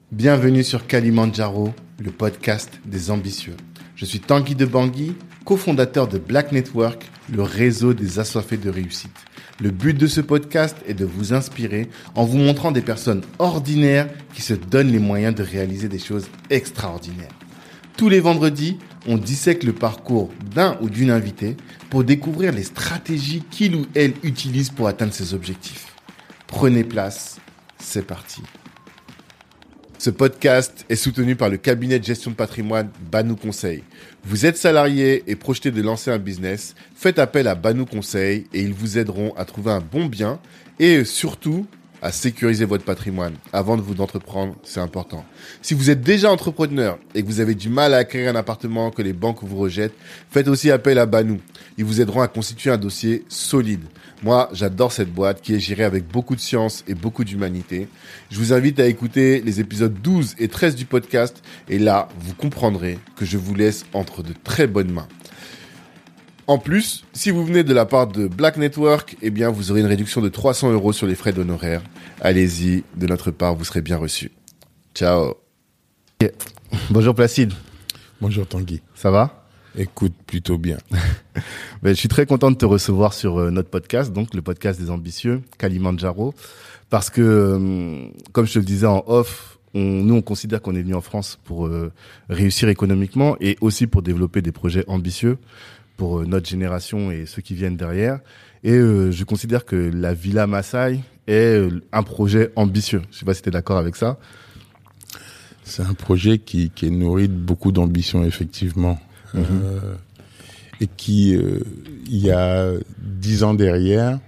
Bienvenue sur Kalimandjaro, le podcast des ambitieux. Je suis Tanguy de Bangui, cofondateur de Black Network, le réseau des assoiffés de réussite. Le but de ce podcast est de vous inspirer en vous montrant des personnes ordinaires qui se donnent les moyens de réaliser des choses extraordinaires. Tous les vendredis, on dissèque le parcours d'un ou d'une invitée pour découvrir les stratégies qu'il ou elle utilise pour atteindre ses objectifs. Prenez place, c'est parti. Ce podcast est soutenu par le cabinet de gestion de patrimoine Banou Conseil. Vous êtes salarié et projetez de lancer un business, faites appel à Banou Conseil et ils vous aideront à trouver un bon bien et surtout à sécuriser votre patrimoine avant de vous entreprendre, c'est important. Si vous êtes déjà entrepreneur et que vous avez du mal à acquérir un appartement que les banques vous rejettent, faites aussi appel à Banou. Ils vous aideront à constituer un dossier solide. Moi, j'adore cette boîte qui est gérée avec beaucoup de science et beaucoup d'humanité. Je vous invite à écouter les épisodes 12 et 13 du podcast et là, vous comprendrez que je vous laisse entre de très bonnes mains. En plus, si vous venez de la part de Black Network, eh bien, vous aurez une réduction de 300 € sur les frais d'honoraires. Allez-y, de notre part, vous serez bien reçus. Ciao. Okay. Bonjour Placide. Bonjour Tanguy. Ça va ? Écoute, plutôt bien. Je suis très content de te recevoir sur notre podcast, donc le podcast des ambitieux, Kalimandjaro, parce que, comme je te le disais en off, nous on considère qu'on est venu en France pour réussir économiquement et aussi pour développer des projets ambitieux pour notre génération et ceux qui viennent derrière. Et je considère que la Villa Massaï est un projet ambitieux. Je sais pas si tu es d'accord avec ça. C'est un projet qui est nourri de beaucoup d'ambition, effectivement. Et qui, il y a 10 ans derrière,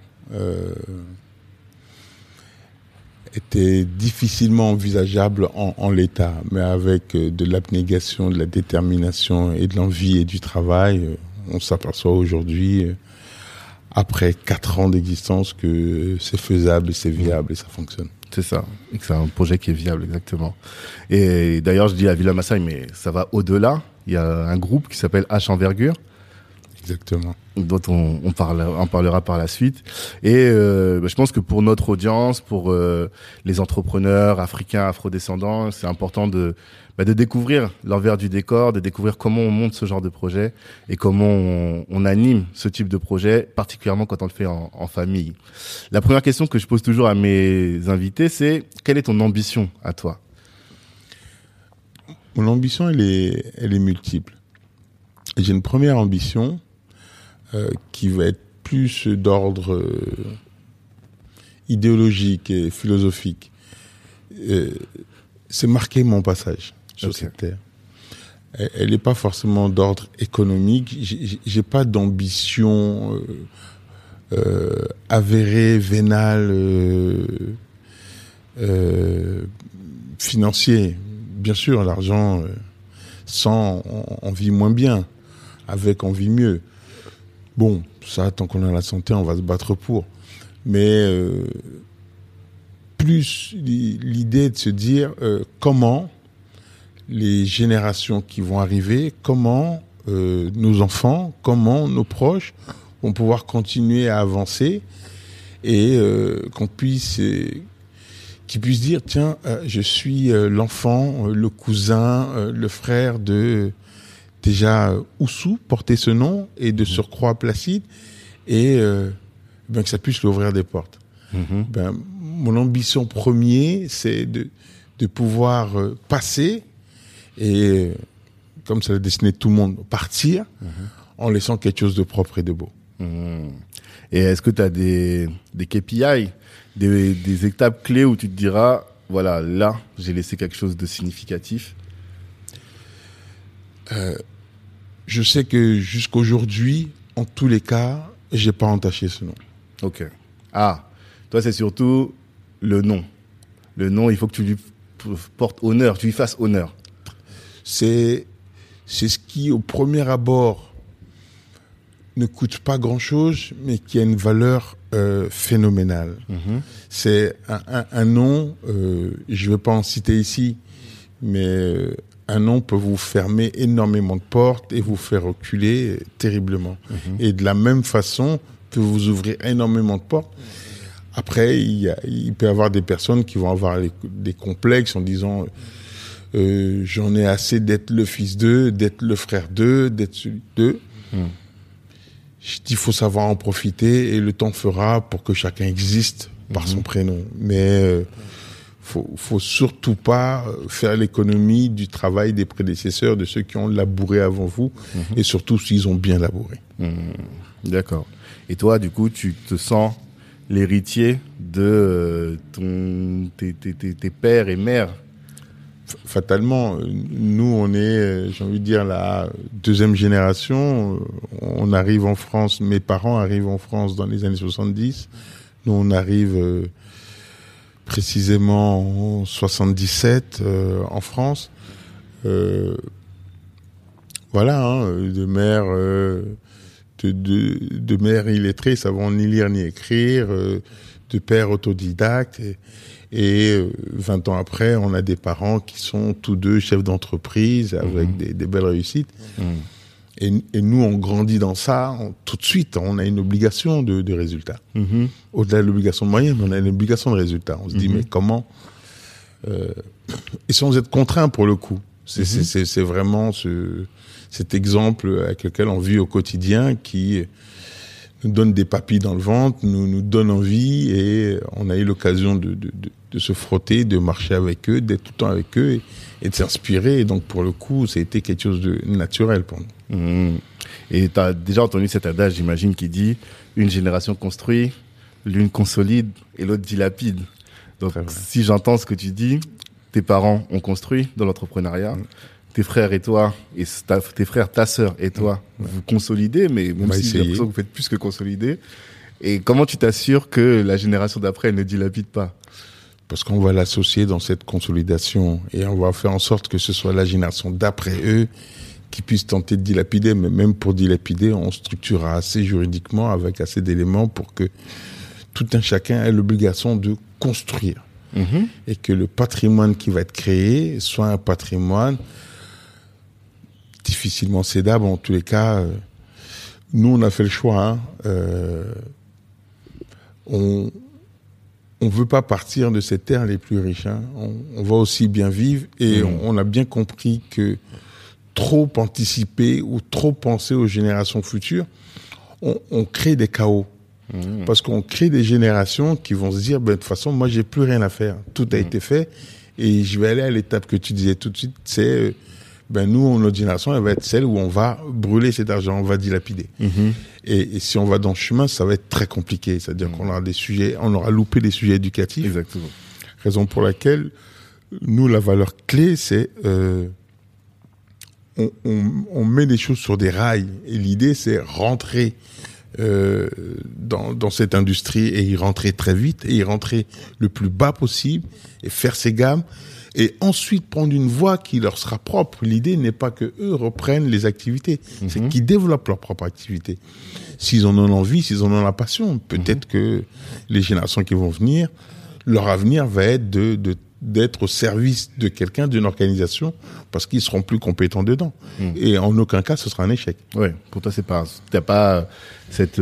était difficilement envisageable en l'état. Mais avec de l'abnégation, de la détermination et de l'envie et du travail, on s'aperçoit aujourd'hui, après 4 ans d'existence, que c'est faisable et c'est viable et ça fonctionne. C'est ça, et que c'est un projet qui est viable, exactement. Et d'ailleurs, je dis la Villa Massaï, mais ça va au-delà. Il y a un groupe qui s'appelle H Envergure. Exactement. Dont on parlera par la suite. Et je pense que pour notre audience, pour les entrepreneurs africains, afrodescendants, c'est important de découvrir l'envers du décor, de découvrir comment on monte ce genre de projet et comment on anime ce type de projet, particulièrement quand on le fait en famille. La première question que je pose toujours à mes invités, c'est quelle est ton ambition à toi ? Mon ambition, elle est multiple. J'ai une première ambition qui va être plus d'ordre idéologique et philosophique. C'est marquer mon passage sur cette terre. Elle n'est pas forcément d'ordre économique. J'ai pas d'ambition avérée, vénale, financier. Bien sûr, l'argent, sans, on vit moins bien. Avec, on vit mieux. Bon, ça, tant qu'on a la santé, on va se battre pour. Mais plus l'idée de se dire comment les générations qui vont arriver, comment nos enfants, comment nos proches vont pouvoir continuer à avancer et qu'ils puissent dire, tiens, je suis l'enfant, le cousin, le frère de déjà Oussou, porter ce nom, et de surcroît Placide, et que ça puisse lui ouvrir des portes. Mon ambition première, c'est de pouvoir passer, et comme ça l'a destiné tout le monde, partir, en laissant quelque chose de propre et de beau. Et est-ce que tu as des KPI, des étapes clés où tu te diras, voilà, là, j'ai laissé quelque chose de significatif? Je sais que jusqu'aujourd'hui, en tous les cas, j'ai pas entaché ce nom. Ok. Ah, toi, c'est surtout le nom. Le nom, il faut que tu lui portes honneur, tu lui fasses honneur. C'est ce qui, au premier abord, ne coûte pas grand-chose, mais qui a une valeur phénoménale. C'est un nom, je vais pas en citer ici, mais un nom peut vous fermer énormément de portes et vous faire reculer terriblement. Et de la même façon, peut vous ouvrir énormément de portes Après, il peut y avoir des personnes qui vont avoir des complexes en disant j'en ai assez d'être le fils d'eux, d'être le frère d'eux, d'être celui d'eux. Je dis, il faut savoir en profiter et le temps fera pour que chacun existe par son prénom. Mais faut surtout pas faire l'économie du travail des prédécesseurs, de ceux qui ont labouré avant vous, et surtout s'ils ont bien labouré. D'accord. Et toi, du coup, tu te sens l'héritier de tes pères et mères? Fatalement, nous, on est, j'ai envie de dire, la deuxième génération. On arrive en France, mes parents arrivent en France dans les années 70. Nous, on arrive précisément en 77 en France. Voilà, hein, de mères illettrées, savant ni lire ni écrire, de pères autodidactes. Et 20 ans après, on a des parents qui sont tous deux chefs d'entreprise avec des belles réussites. Et nous, on grandit dans ça. Tout de suite, on a une obligation de résultat. Au-delà de l'obligation de moyens, on a une obligation de résultat. On se dit, mais comment et sans être contraint pour le coup. C'est vraiment cet exemple avec lequel on vit au quotidien qui nous donne des papilles dans le ventre, nous donne envie, et on a eu l'occasion de se frotter, de marcher avec eux, d'être tout le temps avec eux et de s'inspirer. Et donc, pour le coup, ça a été quelque chose de naturel pour nous. Et tu as déjà entendu cet adage, j'imagine, qui dit « une génération construit, l'une consolide et l'autre dilapide ». Donc, si j'entends ce que tu dis, tes parents ont construit dans l'entrepreneuriat, tes frères et toi, et tes frères, ta sœur et toi, vous consolidez, mais même si j'ai l'impression que vous faites plus que consolider. Et comment tu t'assures que la génération d'après, elle ne dilapide pas? Parce qu'on va l'associer dans cette consolidation et on va faire en sorte que ce soit la génération d'après eux qui puisse tenter de dilapider. Mais même pour dilapider, on structurera assez juridiquement avec assez d'éléments pour que tout un chacun ait l'obligation de construire. Et que le patrimoine qui va être créé soit un patrimoine difficilement cédable. En tous les cas, nous, on a fait le choix. On veut pas partir de ces terres les plus riches. On va aussi bien vivre et on a bien compris que trop anticiper ou trop penser aux générations futures, on crée des chaos. Parce qu'on crée des générations qui vont se dire, de toute façon, moi, j'ai plus rien à faire. Tout a été fait et je vais aller à l'étape que tu disais tout de suite, c'est, nous, notre génération, elle va être celle où on va brûler cet argent, on va dilapider. Et si on va dans ce chemin, ça va être très compliqué. C'est-à-dire qu'on aura on aura loupé des sujets éducatifs. Exactement. Raison pour laquelle, nous, la valeur clé, c'est, on met les choses sur des rails. Et l'idée, c'est rentrer dans cette industrie et y rentrer très vite et y rentrer le plus bas possible et faire ses gammes et ensuite prendre une voie qui leur sera propre. L'idée n'est pas que eux reprennent les activités, c'est qu'ils développent leur propre activité. S'ils en ont envie, s'ils en ont la passion, peut-être que les générations qui vont venir, leur avenir va être d'être au service de quelqu'un, d'une organisation, parce qu'ils seront plus compétents dedans. Et en aucun cas, ce sera un échec. Ouais, pour toi, t'as pas cette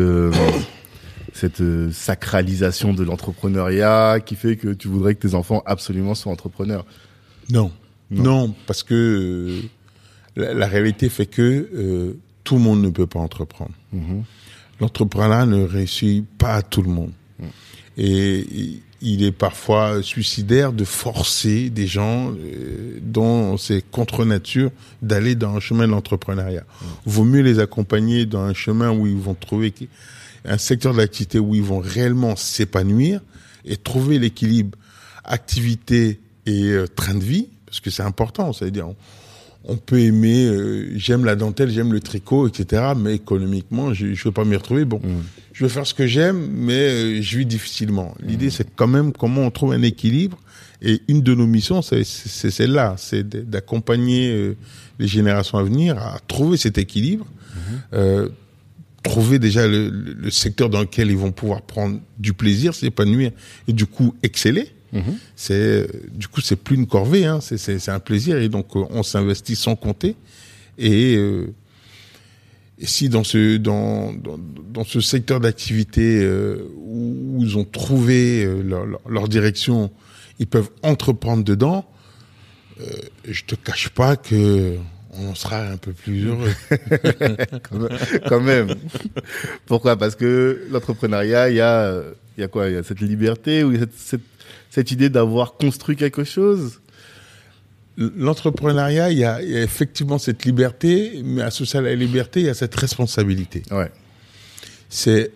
sacralisation de l'entrepreneuriat qui fait que tu voudrais que tes enfants absolument soient entrepreneurs. Non, parce que la réalité fait que tout le monde ne peut pas entreprendre. L'entrepreneuriat ne réussit pas à tout le monde. Et il est parfois suicidaire de forcer des gens dont c'est contre nature d'aller dans un chemin de l'entrepreneuriat. Vaut mieux les accompagner dans un chemin où ils vont trouver un secteur d'activité où ils vont réellement s'épanouir et trouver l'équilibre activité et train de vie, parce que c'est important. C'est-à-dire, on peut aimer, j'aime la dentelle, j'aime le tricot, etc., mais économiquement, je ne veux pas m'y retrouver. Bon, je veux faire ce que j'aime, mais je vis difficilement. L'idée, c'est quand même comment on trouve un équilibre. Et une de nos missions, c'est celle-là, c'est d'accompagner les générations à venir à trouver cet équilibre, trouver déjà le secteur dans lequel ils vont pouvoir prendre du plaisir, s'épanouir et du coup exceller. Du coup, c'est plus une corvée, c'est un plaisir et donc on s'investit sans compter et Et si dans ce secteur d'activité où ils ont trouvé leur direction, ils peuvent entreprendre dedans, je te cache pas que on sera un peu plus heureux. Quand même. Pourquoi? Parce que l'entrepreneuriat, il y a quoi? Il y a cette liberté ou il y a cette idée d'avoir construit quelque chose? L'entrepreneuriat, il y a effectivement cette liberté, mais associé à la liberté, il y a cette responsabilité. Ouais. C'est,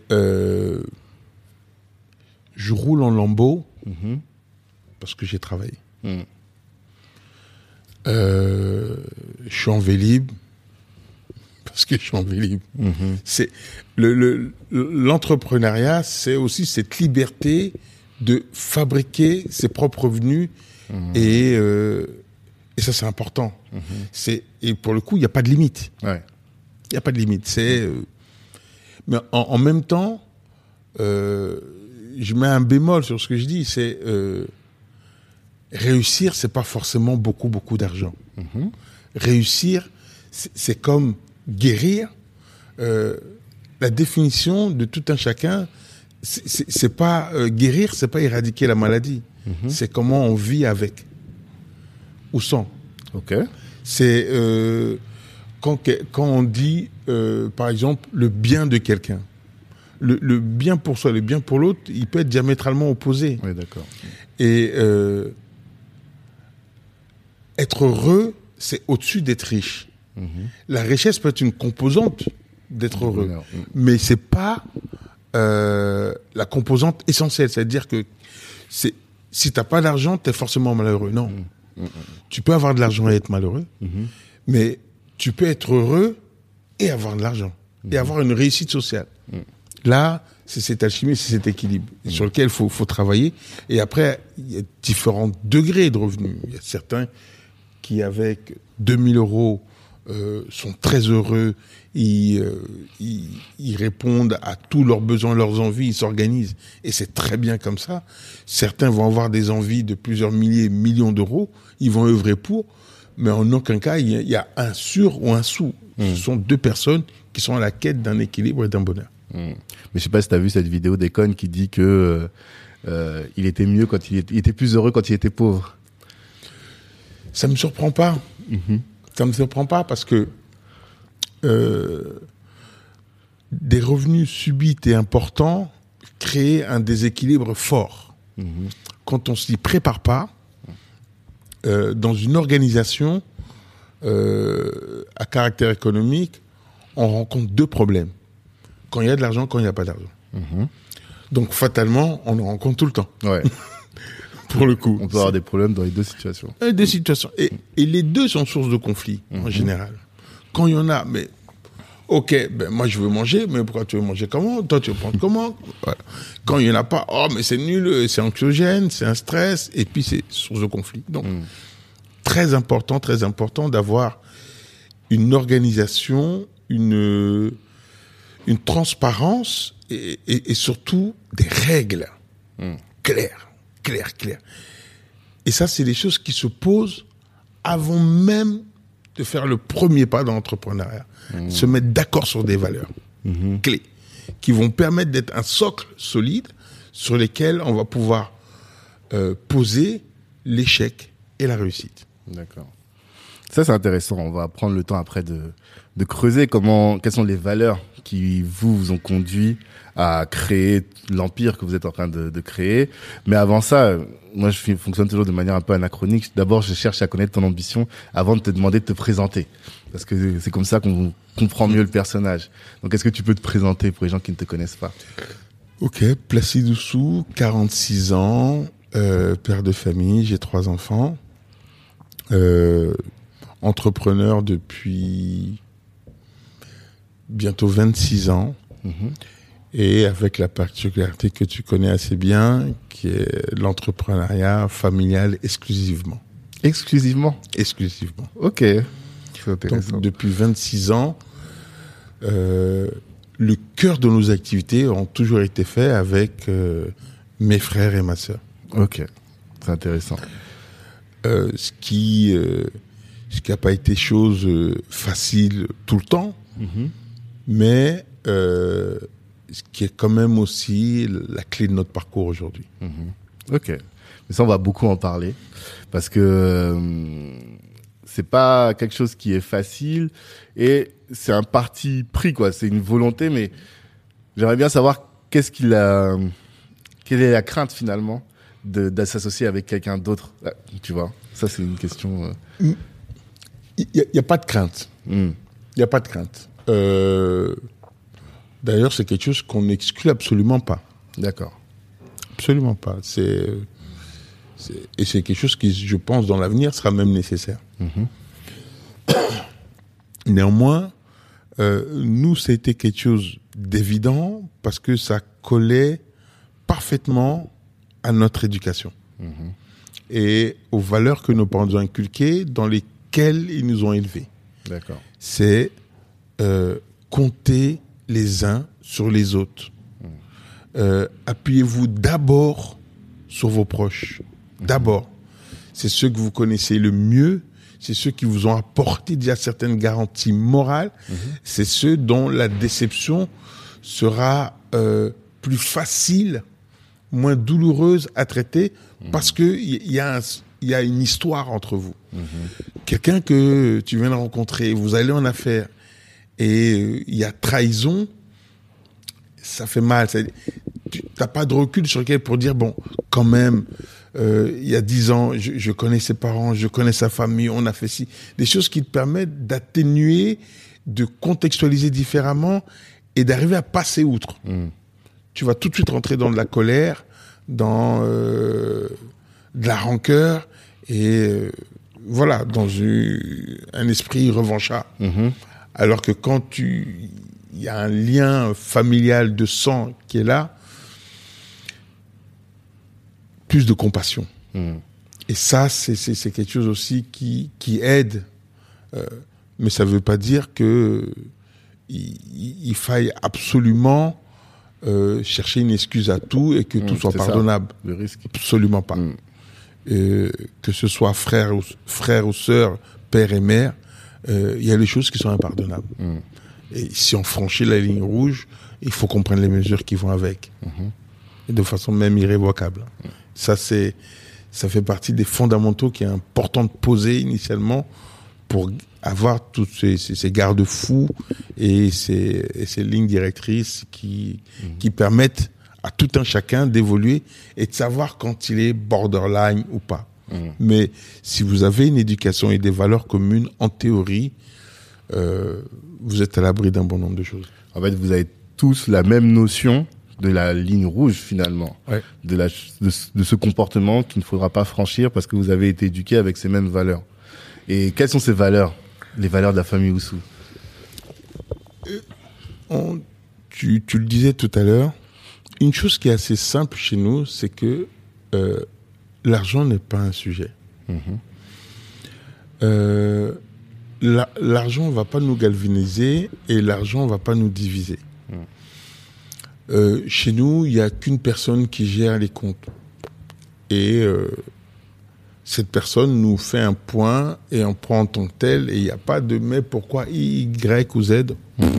je roule en lambeau parce que j'ai travaillé. Je suis en Vélib parce que je suis en Vélib. C'est l'entrepreneuriat, c'est aussi cette liberté de fabriquer ses propres revenus et ça c'est important. Et pour le coup, il n'y a pas de limite. Ouais. Il n'y a pas de limite. Mais en même temps, je mets un bémol sur ce que je dis. C'est réussir, c'est pas forcément beaucoup d'argent. Réussir, c'est comme guérir. La définition de tout un chacun, c'est pas guérir, c'est pas éradiquer la maladie. C'est comment on vit avec ou sans. Ok. C'est quand on dit, par exemple, le bien de quelqu'un. Le bien pour soi, le bien pour l'autre, il peut être diamétralement opposé. Oui, d'accord. Et être heureux, c'est au-dessus d'être riche. La richesse peut être une composante d'être heureux, mais c'est pas la composante essentielle. C'est-à-dire que si t'as pas d'argent, t'es forcément malheureux. Non. Tu peux avoir de l'argent et être malheureux, mais tu peux être heureux et avoir de l'argent et avoir une réussite sociale. Là, c'est cette alchimie, c'est cet équilibre sur lequel faut travailler. Et après, il y a différents degrés de revenus. Il y a certains qui, avec 2000 euros, sont très heureux, ils répondent à tous leurs besoins, leurs envies, ils s'organisent. Et c'est très bien comme ça. Certains vont avoir des envies de plusieurs milliers, millions d'euros, ils vont œuvrer pour, mais en aucun cas, il y a un sur ou un sous. Ce sont deux personnes qui sont à la quête d'un équilibre et d'un bonheur. Mais je sais pas si tu as vu cette vidéo d'Econ qui dit que il était mieux il était plus heureux quand il était pauvre. Ça me surprend pas. Ça me surprend pas parce que des revenus subits et importants créent un déséquilibre fort. Quand on s'y prépare pas, dans une organisation à caractère économique, on rencontre deux problèmes. Quand il y a de l'argent, quand il n'y a pas d'argent. Donc, fatalement, on en rencontre tout le temps. Ouais. Pour le coup. On peut avoir des problèmes dans les deux situations. Deux situations. Et les deux sont source de conflit, en général. Quand il y en a, mais, ok, ben, moi je veux manger, mais pourquoi tu veux manger comment? Toi, tu veux prendre comment? Voilà. Quand il n'y en a pas, oh, mais c'est nul, c'est anxiogène, c'est un stress, et puis c'est source de conflit. Donc, très important d'avoir une organisation, une transparence et surtout des règles claires. Et ça, c'est des choses qui se posent avant même de faire le premier pas dans l'entrepreneuriat. Se mettre d'accord sur des valeurs clés qui vont permettre d'être un socle solide sur lesquels on va pouvoir poser l'échec et la réussite. D'accord. Ça, c'est intéressant. On va prendre le temps après de creuser quelles sont les valeurs qui vous ont conduit à créer l'empire que vous êtes en train de créer. Mais avant ça, moi, je fonctionne toujours de manière un peu anachronique. D'abord, je cherche à connaître ton ambition avant de te demander de te présenter. Parce que c'est comme ça qu'on comprend mieux le personnage. Donc, est-ce que tu peux te présenter pour les gens qui ne te connaissent pas? Ok, Placide Oussou, 46 ans, père de famille, j'ai 3 enfants. Entrepreneur depuis bientôt 26 ans. Et avec la particularité que tu connais assez bien, qui est l'entrepreneuriat familial exclusivement. Exclusivement? Exclusivement. Ok. C'est intéressant. Donc, depuis 26 ans, le cœur de nos activités ont toujours été faits avec mes frères et ma sœur. Ok. C'est intéressant. Ce qui n'a pas été chose facile tout le temps. mais ce qui est quand même aussi la clé de notre parcours aujourd'hui. Ok. Mais ça, on va beaucoup en parler parce que c'est pas quelque chose qui est facile et c'est un parti pris, quoi. C'est une volonté, mais j'aimerais bien savoir quelle est la crainte finalement de s'associer avec quelqu'un d'autre. Tu vois, ça c'est une question. Il y a pas de crainte. Il y a pas de crainte. D'ailleurs, c'est quelque chose qu'on n'exclut absolument pas. D'accord. Absolument pas. Et c'est quelque chose qui, je pense, dans l'avenir, sera même nécessaire. Néanmoins, nous, c'était quelque chose d'évident parce que ça collait parfaitement à notre éducation et aux valeurs que nos parents nous ont inculquées, dans lesquelles ils nous ont élevés. D'accord. C'est compter les uns sur les autres. Appuyez-vous d'abord sur vos proches. D'abord. C'est ceux que vous connaissez le mieux. C'est ceux qui vous ont apporté déjà certaines garanties morales. C'est ceux dont la déception sera plus facile, moins douloureuse à traiter parce que il y a une histoire entre vous. Quelqu'un que tu viens de rencontrer, vous allez en affaires et il y a trahison, ça fait mal. Tu n'as pas de recul sur lequel pour dire, bon, quand même, il y a 10 ans, je connais ses parents, je connais sa famille, on a fait ci. Des choses qui te permettent d'atténuer, de contextualiser différemment et d'arriver à passer outre. Tu vas tout de suite rentrer dans de la colère, dans de la rancœur et voilà, dans un esprit revanchard. Alors que quand il y a un lien familial de sang qui est là, plus de compassion. Et ça, c'est quelque chose aussi qui aide. Mais ça ne veut pas dire que il faille absolument chercher une excuse à tout et que tout soit pardonnable. Ça, le risque. Absolument pas. Que ce soit frère ou sœur, père et mère, il y a des choses qui sont impardonnables. Et si on franchit la ligne rouge, il faut qu'on prenne les mesures qui vont avec. Et de façon même irrévocable. Ça fait partie des fondamentaux qui est important de poser initialement pour avoir tous ces garde-fous et ces lignes directrices qui permettent à tout un chacun d'évoluer et de savoir quand il est borderline ou pas. Mais si vous avez une éducation et des valeurs communes, en théorie, vous êtes à l'abri d'un bon nombre de choses. En fait, vous avez tous la même notion de la ligne rouge finalement, de ce comportement qu'il ne faudra pas franchir parce que vous avez été éduqué avec ces mêmes valeurs. Et quelles sont ces valeurs, les valeurs de la famille Oussou? Tu le disais tout à l'heure, une chose qui est assez simple chez nous, c'est que l'argent n'est pas un sujet. L'argent ne va pas nous galvaniser et l'argent ne va pas nous diviser. Chez nous, il n'y a qu'une personne qui gère les comptes. Et cette personne nous fait un point et on prend en tant que tel et il n'y a pas de mais pourquoi Y ou Z.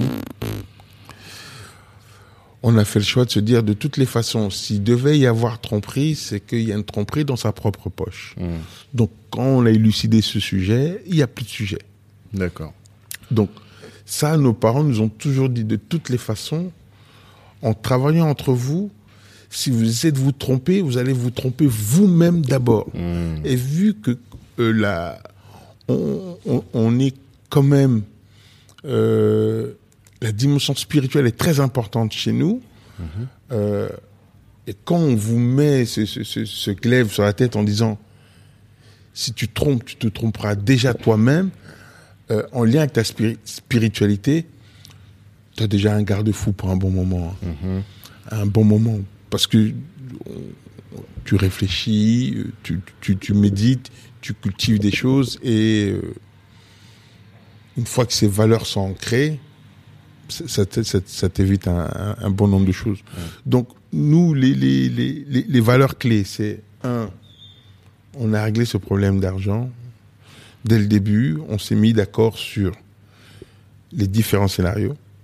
On a fait le choix de se dire de toutes les façons, s'il devait y avoir tromperie, c'est qu'il y a une tromperie dans sa propre poche. Donc quand on a élucidé ce sujet, il n'y a plus de sujet. D'accord. Donc ça, nos parents nous ont toujours dit de toutes les façons, en travaillant entre vous, si vous essayez de vous tromper, vous allez vous tromper vous-même d'abord. Et vu que on est quand même... la dimension spirituelle est très importante chez nous. Et quand on vous met ce glaive sur la tête en disant si tu trompes, tu te tromperas déjà toi-même, en lien avec ta spiritualité, tu as déjà un garde-fou pour un bon moment. Un bon moment. Parce que tu réfléchis, tu médites, tu cultives des choses et une fois que ces valeurs sont ancrées, ça t'évite un bon nombre de choses. Donc, nous, les valeurs clés, c'est on a réglé ce problème d'argent. Dès le début, on s'est mis d'accord sur les différents scénarios.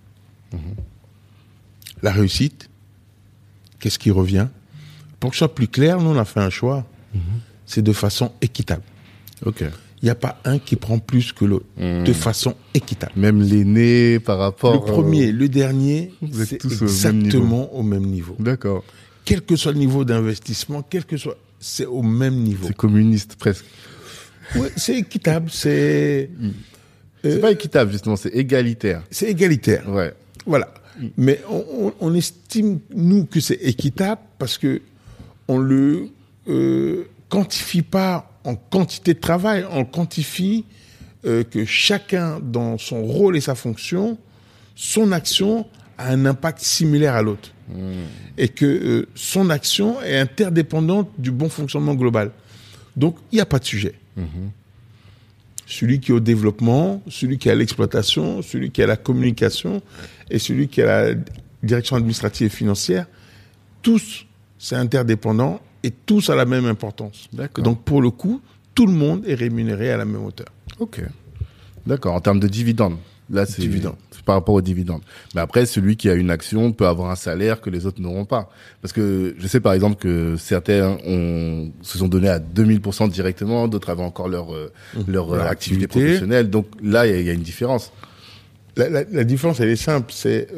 La réussite, qu'est-ce qui revient? Pour que ce soit plus clair, nous, on a fait un choix. C'est de façon équitable. Ok. Il n'y a pas un qui prend plus que l'autre. De façon équitable. Même l'aîné par rapport... Le premier, le dernier, Vous êtes c'est tous exactement au même niveau. D'accord. Quel que soit le niveau d'investissement, c'est au même niveau. C'est communiste, presque. Ouais, c'est équitable, c'est pas équitable, justement, c'est égalitaire. C'est égalitaire. Ouais. Voilà. Mais on estime, nous, que c'est équitable parce que on le quantifie pas en quantité de travail, on quantifie que chacun, dans son rôle et sa fonction, son action a un impact similaire à l'autre. Et que son action est interdépendante du bon fonctionnement global. Donc, il n'y a pas de sujet. Celui qui est au développement, celui qui est à l'exploitation, celui qui est à la communication et celui qui est à la direction administrative et financière, tous, c'est interdépendant et tous à la même importance. D'accord. Donc, pour le coup, tout le monde est rémunéré à la même hauteur. Ok. D'accord. En termes de dividendes. Là, c'est par rapport aux dividendes. Mais après, celui qui a une action peut avoir un salaire que les autres n'auront pas. Parce que je sais par exemple que certains se sont donnés à 2000% directement, d'autres avaient encore leur activité professionnelle. Donc là, il y a une différence. La différence, elle est simple. C'est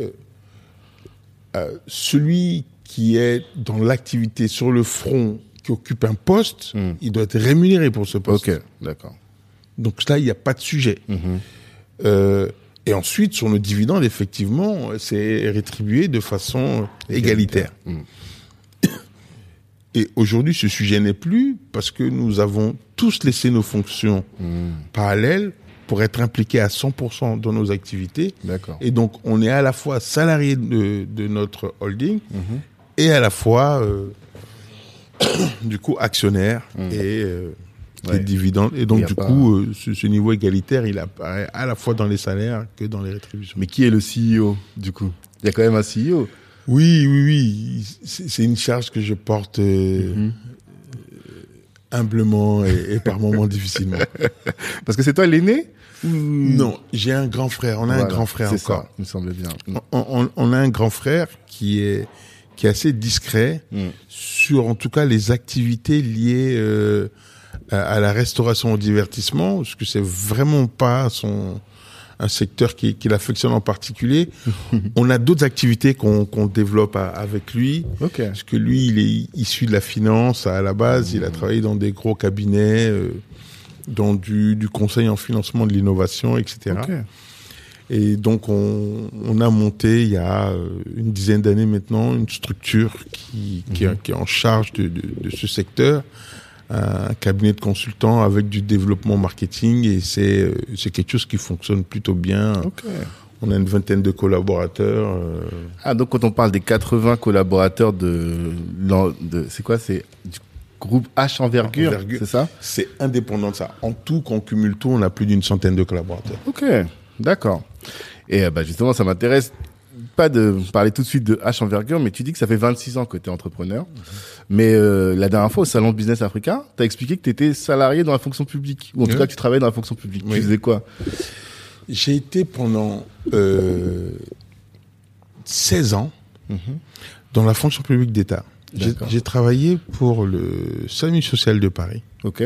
celui qui est dans l'activité sur le front, qui occupe un poste, il doit être rémunéré pour ce poste. Ok, d'accord. Donc là, il n'y a pas de sujet. Et ensuite, sur le dividende, effectivement, c'est rétribué de façon égalitaire. Et aujourd'hui, ce sujet n'est plus parce que nous avons tous laissé nos fonctions parallèles pour être impliqués à 100% dans nos activités. D'accord. Et donc, on est à la fois salarié de notre holding et à la fois, du coup, actionnaire et... des dividendes. Et donc, du coup, ce niveau égalitaire, il apparaît à la fois dans les salaires que dans les rétributions. Mais qui est le CEO, du coup? Il y a quand même un CEO. Oui. C'est une charge que je porte humblement et par moments difficilement. Parce que c'est toi l'aîné? Non, j'ai un grand frère. On a un grand frère c'est encore. Ça, il me semble bien. On a un grand frère qui est assez discret sur, en tout cas, les activités liées à la restauration au divertissement, parce que c'est vraiment pas un secteur qu'il affectionne en particulier. On a d'autres activités qu'on développe avec lui. Okay. Parce que lui, il est issu de la finance à la base. Il a travaillé dans des gros cabinets, dans du conseil en financement de l'innovation, etc. Okay. Et donc, on a monté, il y a une dizaine d'années maintenant, une structure qui est en charge de ce secteur, un cabinet de consultants avec du développement marketing, et c'est quelque chose qui fonctionne plutôt bien. Okay. On a une vingtaine de collaborateurs. Donc quand on parle des 80 collaborateurs c'est quoi? C'est du groupe H Envergure, c'est ça? C'est indépendant de ça. En tout, quand on cumule tout, on a plus d'une centaine de collaborateurs. Ok, d'accord. Et justement, ça m'intéresse pas de parler tout de suite de H Envergure, mais tu dis que ça fait 26 ans que tu es entrepreneur. Mais la dernière fois, au Salon de Business Africa, tu as expliqué que tu étais salarié dans la fonction publique. Ou en tout cas, que tu travaillais dans la fonction publique. Tu faisais quoi? J'ai été pendant 16 ans dans la fonction publique d'État. J'ai travaillé pour le SAMU social de Paris. Ok.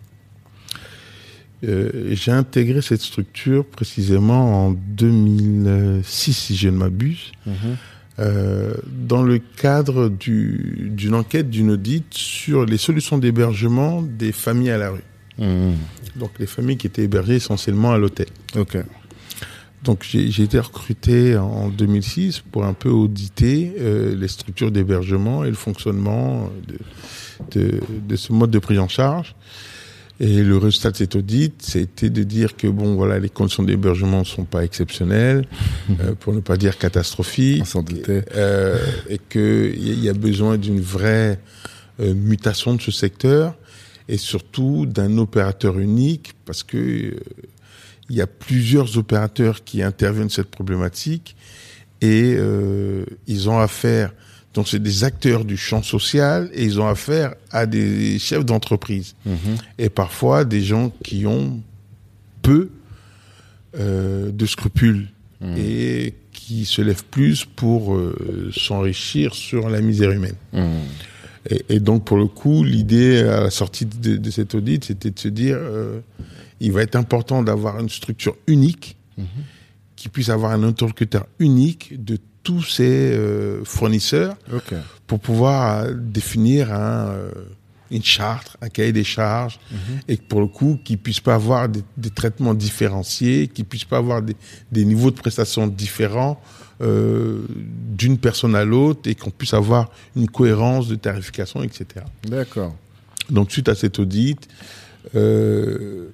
J'ai intégré cette structure précisément en 2006, si je ne m'abuse, dans le cadre d'une enquête, d'une audit sur les solutions d'hébergement des familles à la rue. Donc les familles qui étaient hébergées essentiellement à l'hôtel. Ok. Donc j'ai été recruté en 2006 pour un peu auditer les structures d'hébergement et le fonctionnement de ce mode de prise en charge. Et le résultat de cet audit, c'était de dire que les conditions d'hébergement ne sont pas exceptionnelles, pour ne pas dire catastrophiques. On s'en doutait. Et qu'il y a besoin d'une vraie mutation de ce secteur, et surtout d'un opérateur unique, parce que il y a plusieurs opérateurs qui interviennent sur cette problématique, et ils ont affaire, donc c'est des acteurs du champ social, et ils ont affaire à des chefs d'entreprise, et parfois des gens qui ont peu de scrupules, et qui se lèvent plus pour s'enrichir sur la misère humaine. Et donc, pour le coup, l'idée à la sortie de cet audit, c'était de se dire, il va être important d'avoir une structure unique, qui puisse avoir un interlocuteur unique de tous ces fournisseurs, pour pouvoir définir une charte, un cahier des charges, et que pour le coup, qu'ils puissent pas avoir des traitements différenciés, qu'ils puissent pas avoir des niveaux de prestations différents d'une personne à l'autre, et qu'on puisse avoir une cohérence de tarification, etc. D'accord. Donc, suite à cet audit, le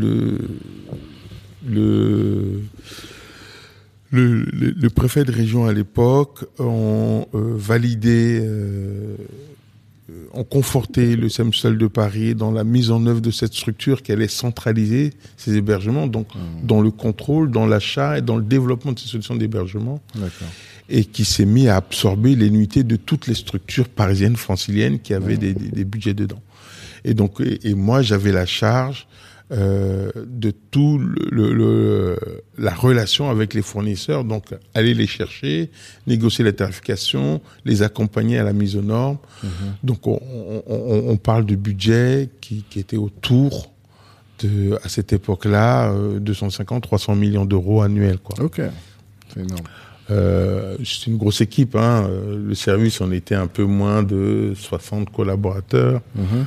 préfet de région à l'époque ont validé, ont conforté le SEMSEL de Paris dans la mise en œuvre de cette structure qui allait centraliser ces hébergements, donc dans le contrôle, dans l'achat et dans le développement de ces solutions d'hébergement. D'accord. Et qui s'est mis à absorber les nuitées de toutes les structures parisiennes, franciliennes qui avaient des budgets dedans. Et donc, et moi, j'avais la charge de tout la relation avec les fournisseurs, donc aller les chercher, négocier la tarification, les accompagner à la mise aux normes. Donc on parle de budget qui était autour de, à cette époque-là, 250-300 millions d'euros annuels, quoi. Ok, c'est énorme. C'est une grosse équipe, hein. Le service, on était un peu moins de 60 collaborateurs.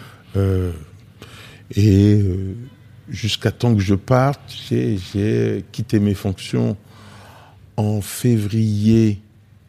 Jusqu'à temps que je parte, j'ai quitté mes fonctions en février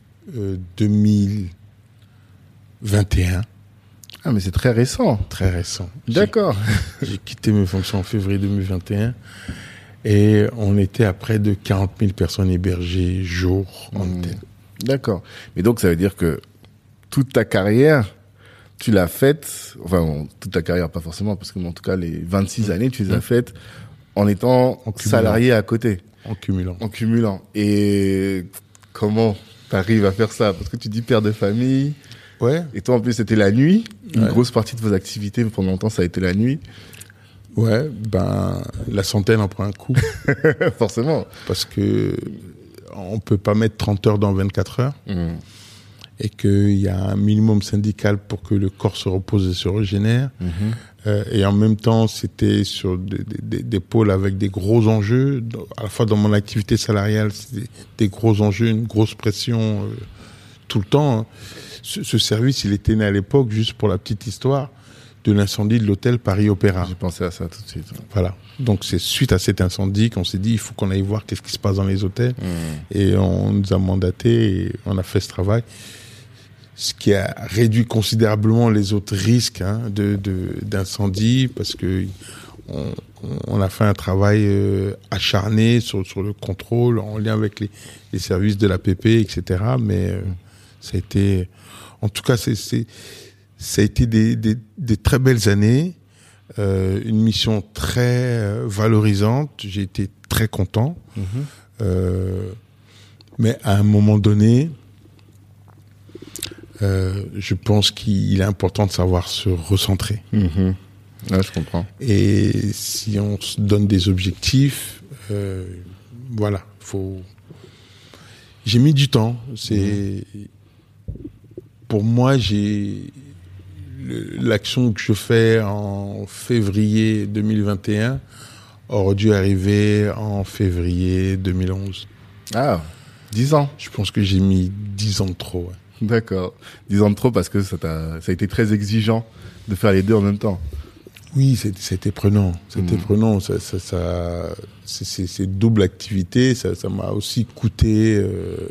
2021. Ah, mais c'est très récent. Très récent. D'accord. J'ai quitté mes fonctions en février 2021 et on était à près de 40 000 personnes hébergées jour en antenne. D'accord. Mais donc, ça veut dire que toute ta carrière, tu l'as faite, enfin, toute ta carrière, pas forcément, parce que, en tout cas, les 26 années, tu les as faites en étant salarié à côté. En cumulant. En cumulant. Et comment t'arrives à faire ça? Parce que tu dis père de famille. Ouais. Et toi, en plus, c'était la nuit. Une grosse partie de vos activités, pendant longtemps, ça a été la nuit. Ouais, la santé en prend un coup. Forcément. Parce que on peut pas mettre 30 heures dans 24 heures. Et qu'il y a un minimum syndical pour que le corps se repose et se régénère. Et en même temps, c'était sur des pôles avec des gros enjeux. À la fois dans mon activité salariale, c'était des gros enjeux, une grosse pression tout le temps. Ce service, il était né à l'époque, juste pour la petite histoire, de l'incendie de l'hôtel Paris Opéra. J'ai pensé à ça tout de suite. Voilà. Donc c'est suite à cet incendie qu'on s'est dit, il faut qu'on aille voir qu'est-ce qui se passe dans les hôtels. Et on nous a mandaté et on a fait ce travail. Ce qui a réduit considérablement les autres risques d'incendie, parce que on a fait un travail acharné sur le contrôle, en lien avec les services de l'APP, etc. Mais ça a été, en tout cas, ça a été des très belles années, une mission très valorisante. J'ai été très content, mais à un moment donné, je pense qu'il est important de savoir se recentrer. Ouais, je comprends. Et si on se donne des objectifs, voilà, j'ai mis du temps. Pour moi, l'action que je fais en février 2021 aurait dû arriver en février 2011. Ah, 10 ans. Je pense que j'ai mis 10 ans de trop. Ouais. D'accord. 10 ans de trop parce que ça a été très exigeant de faire les deux en même temps. Oui, c'était prenant. C'était prenant. C'est double activité. Ça m'a aussi coûté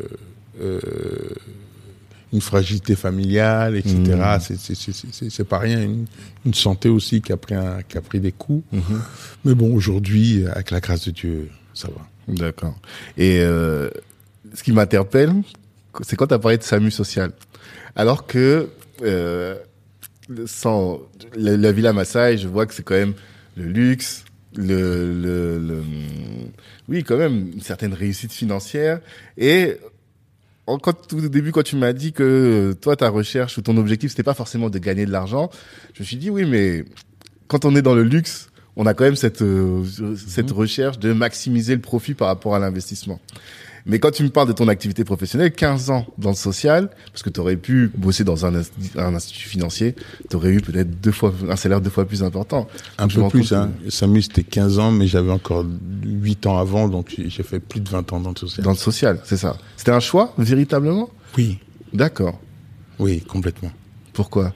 une fragilité familiale, etc. C'est pas rien. Une santé aussi qui a pris des coups. Mais bon, aujourd'hui, avec la grâce de Dieu, ça va. D'accord. Et ce qui m'interpelle, c'est quand tu as parlé de SAMU social. Alors que sans la Villa Massaï, je vois que c'est quand même le luxe, oui, quand même une certaine réussite financière. Et tout au début, quand tu m'as dit que toi, ta recherche ou ton objectif, c'était pas forcément de gagner de l'argent, je me suis dit oui, mais quand on est dans le luxe, on a quand même cette recherche de maximiser le profit par rapport à l'investissement. Mais quand tu me parles de ton activité professionnelle, 15 ans dans le social, parce que tu aurais pu bosser dans un institut financier, tu aurais eu peut-être un salaire 2 fois plus important. Un peu plus, hein. Samu, c'était 15 ans, mais j'avais encore 8 ans avant, donc j'ai fait plus de 20 ans dans le social. Dans le social, c'est ça. C'était un choix, véritablement? Oui. D'accord. Oui, complètement. Pourquoi?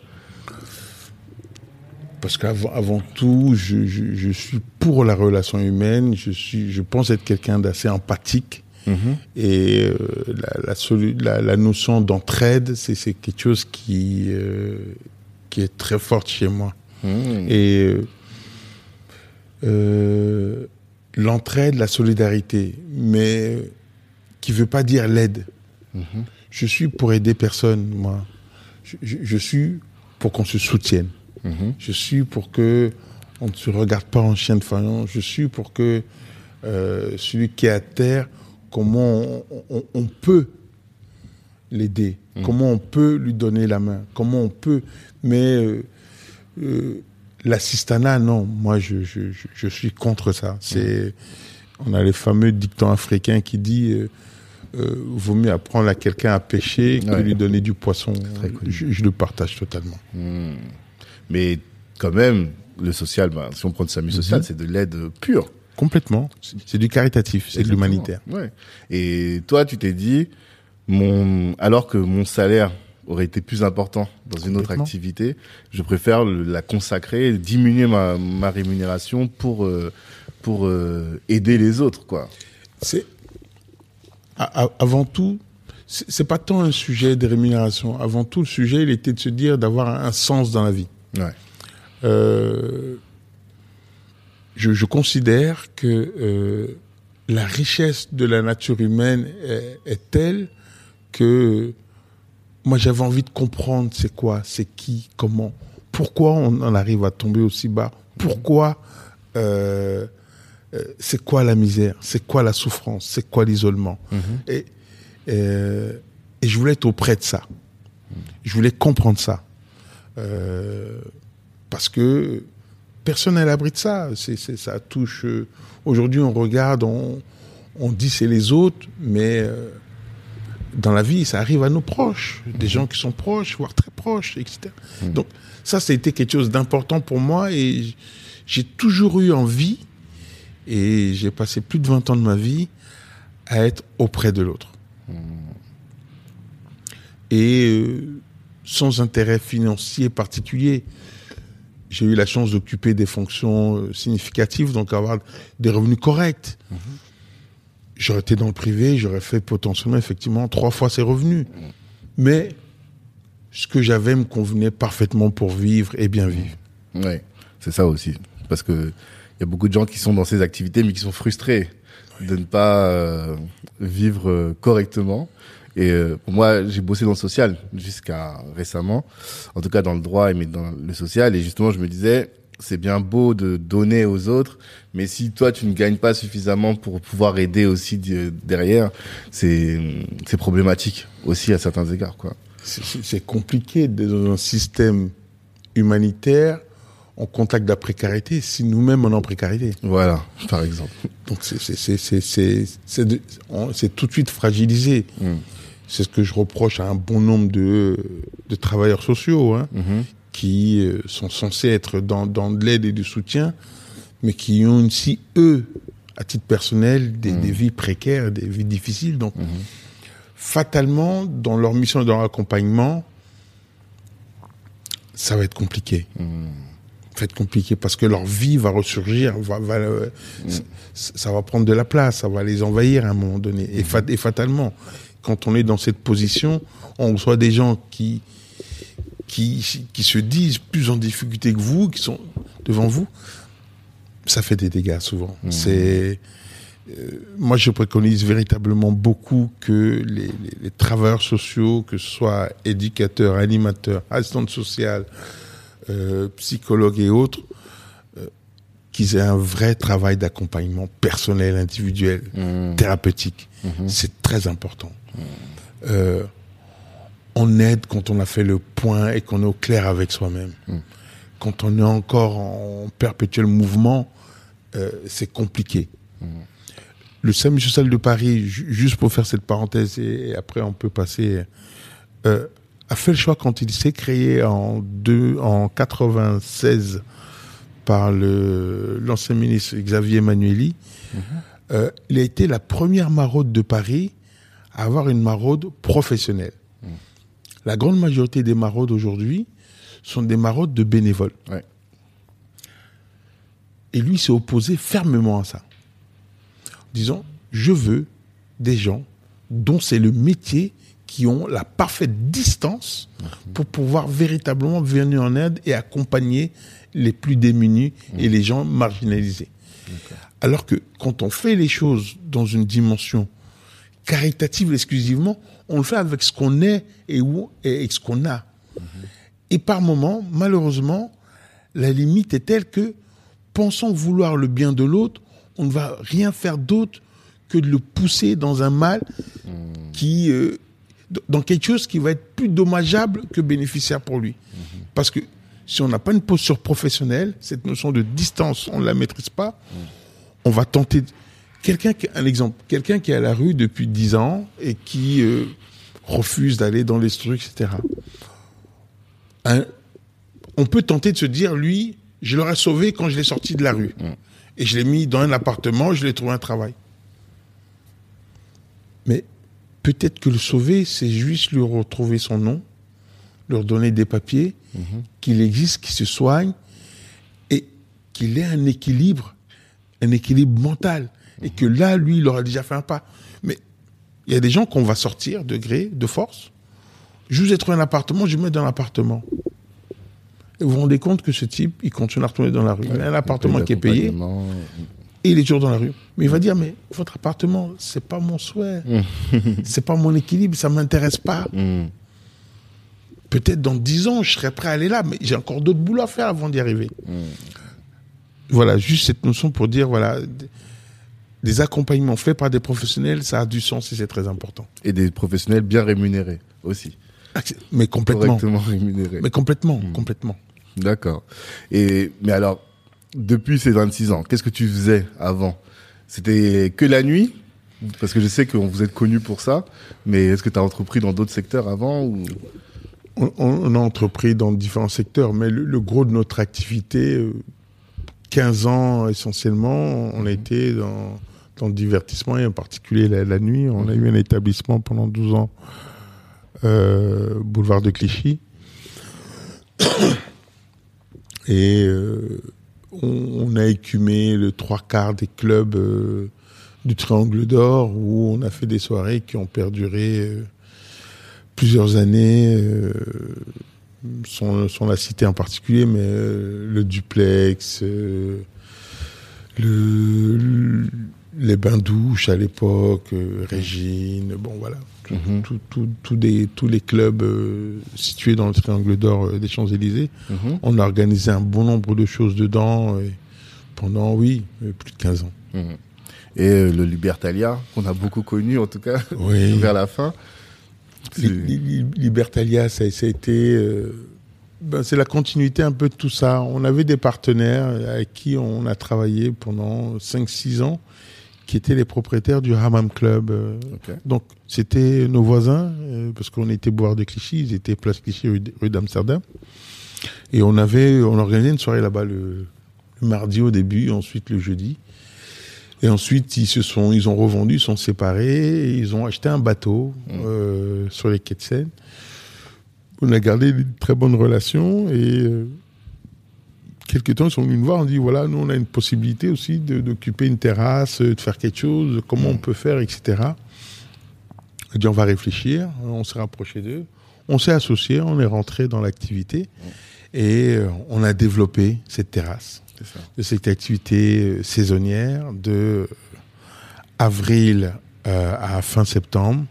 Parce qu'avant tout, je suis pour la relation humaine. Je pense être quelqu'un d'assez empathique. Et la notion d'entraide, c'est quelque chose qui est très forte chez moi. Et l'entraide, la solidarité, mais qui veut pas dire l'aide. Je suis pour aider personne, moi. Je suis pour qu'on se soutienne. Je suis pour que on ne se regarde pas en chien de faïence. Je suis pour que celui qui est à terre, comment on peut l'aider, comment on peut lui donner la main, comment on peut. Mais l'assistanat, non. Moi, je suis contre ça. On a les fameux dictons africains qui disent vaut mieux apprendre à quelqu'un à pêcher que de lui donner du poisson. Je le partage totalement. Mais quand même, le social, si on prend le SAMU social, c'est de l'aide pure. Complètement. C'est du caritatif, c'est de l'humanitaire. Ouais. Et toi, tu t'es dit, alors que mon salaire aurait été plus important dans une autre activité, je préfère la consacrer, diminuer ma rémunération pour aider les autres, quoi. Avant tout, c'est pas tant un sujet de rémunération. Avant tout, le sujet, il était de se dire d'avoir un sens dans la vie. Ouais. Je considère que la richesse de la nature humaine est telle que moi j'avais envie de comprendre c'est quoi, c'est qui, comment, pourquoi on en arrive à tomber aussi bas, pourquoi c'est quoi la misère, c'est quoi la souffrance, c'est quoi l'isolement. Et je voulais être auprès de ça. Je voulais comprendre ça. Parce que personne n'est à l'abri de ça. Ça touche. Aujourd'hui, on regarde, on dit c'est les autres, mais dans la vie, ça arrive à nos proches, des gens qui sont proches, voire très proches, etc. Donc ça a été quelque chose d'important pour moi et j'ai toujours eu envie, et j'ai passé plus de 20 ans de ma vie à être auprès de l'autre. Et sans intérêt financier particulier. J'ai eu la chance d'occuper des fonctions significatives, donc avoir des revenus corrects. J'aurais été dans le privé, j'aurais fait potentiellement, effectivement, 3 fois ces revenus. Mais ce que j'avais me convenait parfaitement pour vivre et bien vivre. Oui, c'est ça aussi. Parce que il y a beaucoup de gens qui sont dans ces activités, mais qui sont frustrés de ne pas vivre correctement. Et pour moi, j'ai bossé dans le social jusqu'à récemment, en tout cas dans le droit et dans le social. Et justement, je me disais, c'est bien beau de donner aux autres, mais si toi tu ne gagnes pas suffisamment pour pouvoir aider aussi derrière, c'est problématique aussi à certains égards, quoi. C'est compliqué d'être dans un système humanitaire en contact de la précarité si nous-mêmes on est en précarité. Voilà, par exemple. Donc c'est tout de suite fragilisé. C'est ce que je reproche à un bon nombre de travailleurs sociaux, qui sont censés être dans de l'aide et du soutien, mais qui ont aussi, eux, à titre personnel, des vies précaires, des vies difficiles. Donc, fatalement, dans leur mission et dans leur accompagnement, ça va être compliqué. Ça va être compliqué parce que leur vie va ressurgir, ça va prendre de la place, ça va les envahir à un moment donné. Et fatalement, quand on est dans cette position, on reçoit des gens qui se disent plus en difficulté que vous, qui sont devant vous. Ça fait des dégâts souvent. Moi, je préconise véritablement beaucoup que les travailleurs sociaux, que ce soit éducateurs, animateurs, assistantes sociales, psychologues et autres, qu'ils aient un vrai travail d'accompagnement personnel, individuel, thérapeutique. C'est très important. On aide quand on a fait le point et qu'on est au clair avec soi-même. Quand on est encore en perpétuel mouvement, c'est compliqué. le SAMU social de Paris, juste pour faire cette parenthèse, et après on peut passer, a fait le choix quand il s'est créé en 96 par l'ancien ministre Xavier Emmanuelli. Il a été la première maraude de Paris à avoir une maraude professionnelle. La grande majorité des maraudes aujourd'hui sont des maraudes de bénévoles. Ouais. Et lui s'est opposé fermement à ça. Disons, je veux des gens dont c'est le métier qui ont la parfaite distance pour pouvoir véritablement venir en aide et accompagner les plus démunis et les gens marginalisés. Okay. Alors que quand on fait les choses dans une dimension caritative exclusivement, on le fait avec ce qu'on est et ce qu'on a. Et par moments, malheureusement, la limite est telle que, pensant vouloir le bien de l'autre, on ne va rien faire d'autre que de le pousser dans un mal qui, dans quelque chose qui va être plus dommageable que bénéficiaire pour lui. Parce que si on n'a pas une posture professionnelle, cette notion de distance, on ne la maîtrise pas, on va tenter... Un exemple, quelqu'un qui est à la rue depuis 10 ans et qui refuse d'aller dans les trucs, etc. On peut tenter de se dire, lui, je l'aurais sauvé quand je l'ai sorti de la rue. Et je l'ai mis dans un appartement, je l'ai trouvé un travail. Mais peut-être que le sauver, c'est juste lui retrouver son nom, leur donner des papiers, qu'il existe, qu'il se soigne, et qu'il ait un équilibre mental. Et que là, lui, il aura déjà fait un pas. Mais il y a des gens qu'on va sortir de gré, de force. Je vous ai trouvé un appartement, je vais mettre dans l'appartement. Et vous vous rendez compte que ce type, il continue à retourner dans la rue. Il a un appartement qui est payé, et il est toujours dans la rue. Mais il va dire, mais votre appartement, c'est pas mon souhait. C'est pas mon équilibre, ça m'intéresse pas. Peut-être dans 10 ans, je serai prêt à aller là, mais j'ai encore d'autres boulots à faire avant d'y arriver. Voilà, juste cette notion pour dire, voilà... Des accompagnements faits par des professionnels, ça a du sens et c'est très important. Et des professionnels bien rémunérés aussi. Mais complètement. Correctement rémunérés. Mais complètement. D'accord. Mais alors, depuis ces 26 ans, qu'est-ce que tu faisais avant ? C'était que la nuit ? Parce que je sais que vous êtes connu pour ça, mais est-ce que tu as entrepris dans d'autres secteurs avant ou... On a entrepris dans différents secteurs, mais le gros de notre activité, 15 ans essentiellement, on a été dans le divertissement et en particulier la nuit. On a eu un établissement pendant 12 ans, boulevard de Clichy. Et on a écumé le 3/4 des clubs du Triangle d'Or où on a fait des soirées qui ont perduré plusieurs années, sans la citer en particulier, mais le Duplex, les bains-douches à l'époque, Régine, bon voilà, tous les clubs situés dans le Triangle d'Or des Champs-Élysées. On a organisé un bon nombre de choses dedans pendant, plus de 15 ans. Et le Libertalia, qu'on a beaucoup connu en tout cas, vers la fin. Libertalia, ça a été... c'est la continuité un peu de tout ça. On avait des partenaires avec qui on a travaillé pendant 5-6 ans, qui étaient les propriétaires du Hammam Club. Donc, c'était nos voisins, parce qu'on était boulevard de Clichy, ils étaient place Clichy, rue d'Amsterdam. Et on organisait une soirée là-bas le mardi au début, ensuite le jeudi. Et ensuite, ils ont revendu, ils sont séparés, et ils ont acheté un bateau sur les quais de Seine. On a gardé une très bonne relation et quelques temps, ils sont venus nous voir, on dit voilà, nous on a une possibilité aussi d'occuper une terrasse, de faire quelque chose, comment on peut faire, etc. On a dit on va réfléchir, on s'est rapproché d'eux, on s'est associés, on est rentré dans l'activité et on a développé cette terrasse. De cette activité saisonnière de avril à fin septembre,